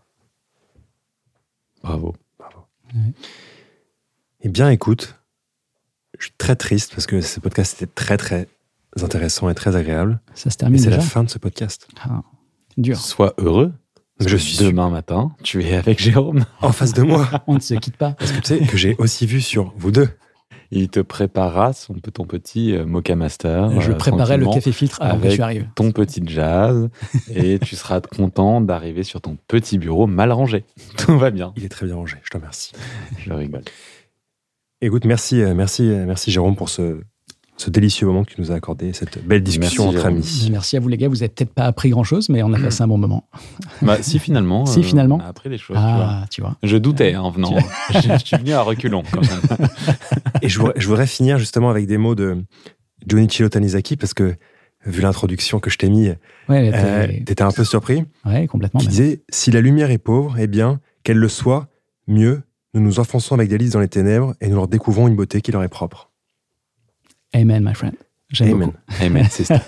Bravo. Bravo. Ouais. Eh bien, écoute, je suis très triste parce que ce podcast était très, très intéressant et très agréable. Ça se termine et c'est déjà. la fin de ce podcast. Ah, dur. Sois heureux. Je suis demain matin, tu es avec Jérôme. En face de moi. On ne se quitte pas. Parce que tu sais que j'ai aussi vu sur vous deux. Il te préparera son, ton petit euh, Mocha Master. Je euh, préparais le café filtre avant que tu arrives. Ton petit jazz. Et tu seras content d'arriver sur ton petit bureau mal rangé. Tout va bien. Il est très bien rangé, je te remercie. Je rigole. Écoute, merci, merci, merci Jérôme pour ce... ce délicieux moment que tu nous as accordé, cette belle discussion Merci, entre amis. Merci à vous les gars, vous n'avez peut-être pas appris grand-chose, mais on a passé un bon moment. Bah, si finalement, si, finalement. Euh, on a appris des choses. Ah, tu vois. Tu vois. Je doutais hein, en venant. je, je suis venu à reculons quand même. Et je voudrais, je voudrais finir justement avec des mots de Junichiro Tanizaki, parce que vu l'introduction que je t'ai mis, ouais, euh, t'étais un peu surpris. Ouais, complètement. Qui disait, si la lumière est pauvre, eh bien, qu'elle le soit, mieux, nous nous enfonçons avec délices dans les ténèbres et nous leur découvrons une beauté qui leur est propre. Amen, my friend. J'aime Amen. beaucoup. Amen, c'est ça.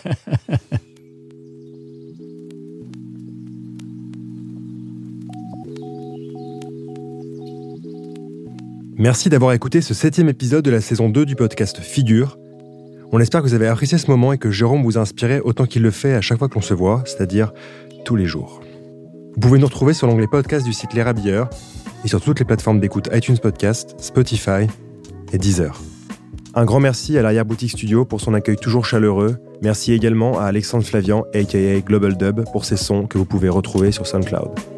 Merci d'avoir écouté ce septième épisode de la saison deux du podcast Figure. On espère que vous avez apprécié ce moment et que Jérôme vous a inspiré autant qu'il le fait à chaque fois que l'on se voit, c'est-à-dire tous les jours. Vous pouvez nous retrouver sur l'onglet podcast du site L'Érabilleur et sur toutes les plateformes d'écoute iTunes Podcast, Spotify et Deezer. Un grand merci à l'Arrière-Boutique Studio pour son accueil toujours chaleureux. Merci également à Alexandre Flavian, aka Global Dub, pour ses sons que vous pouvez retrouver sur SoundCloud.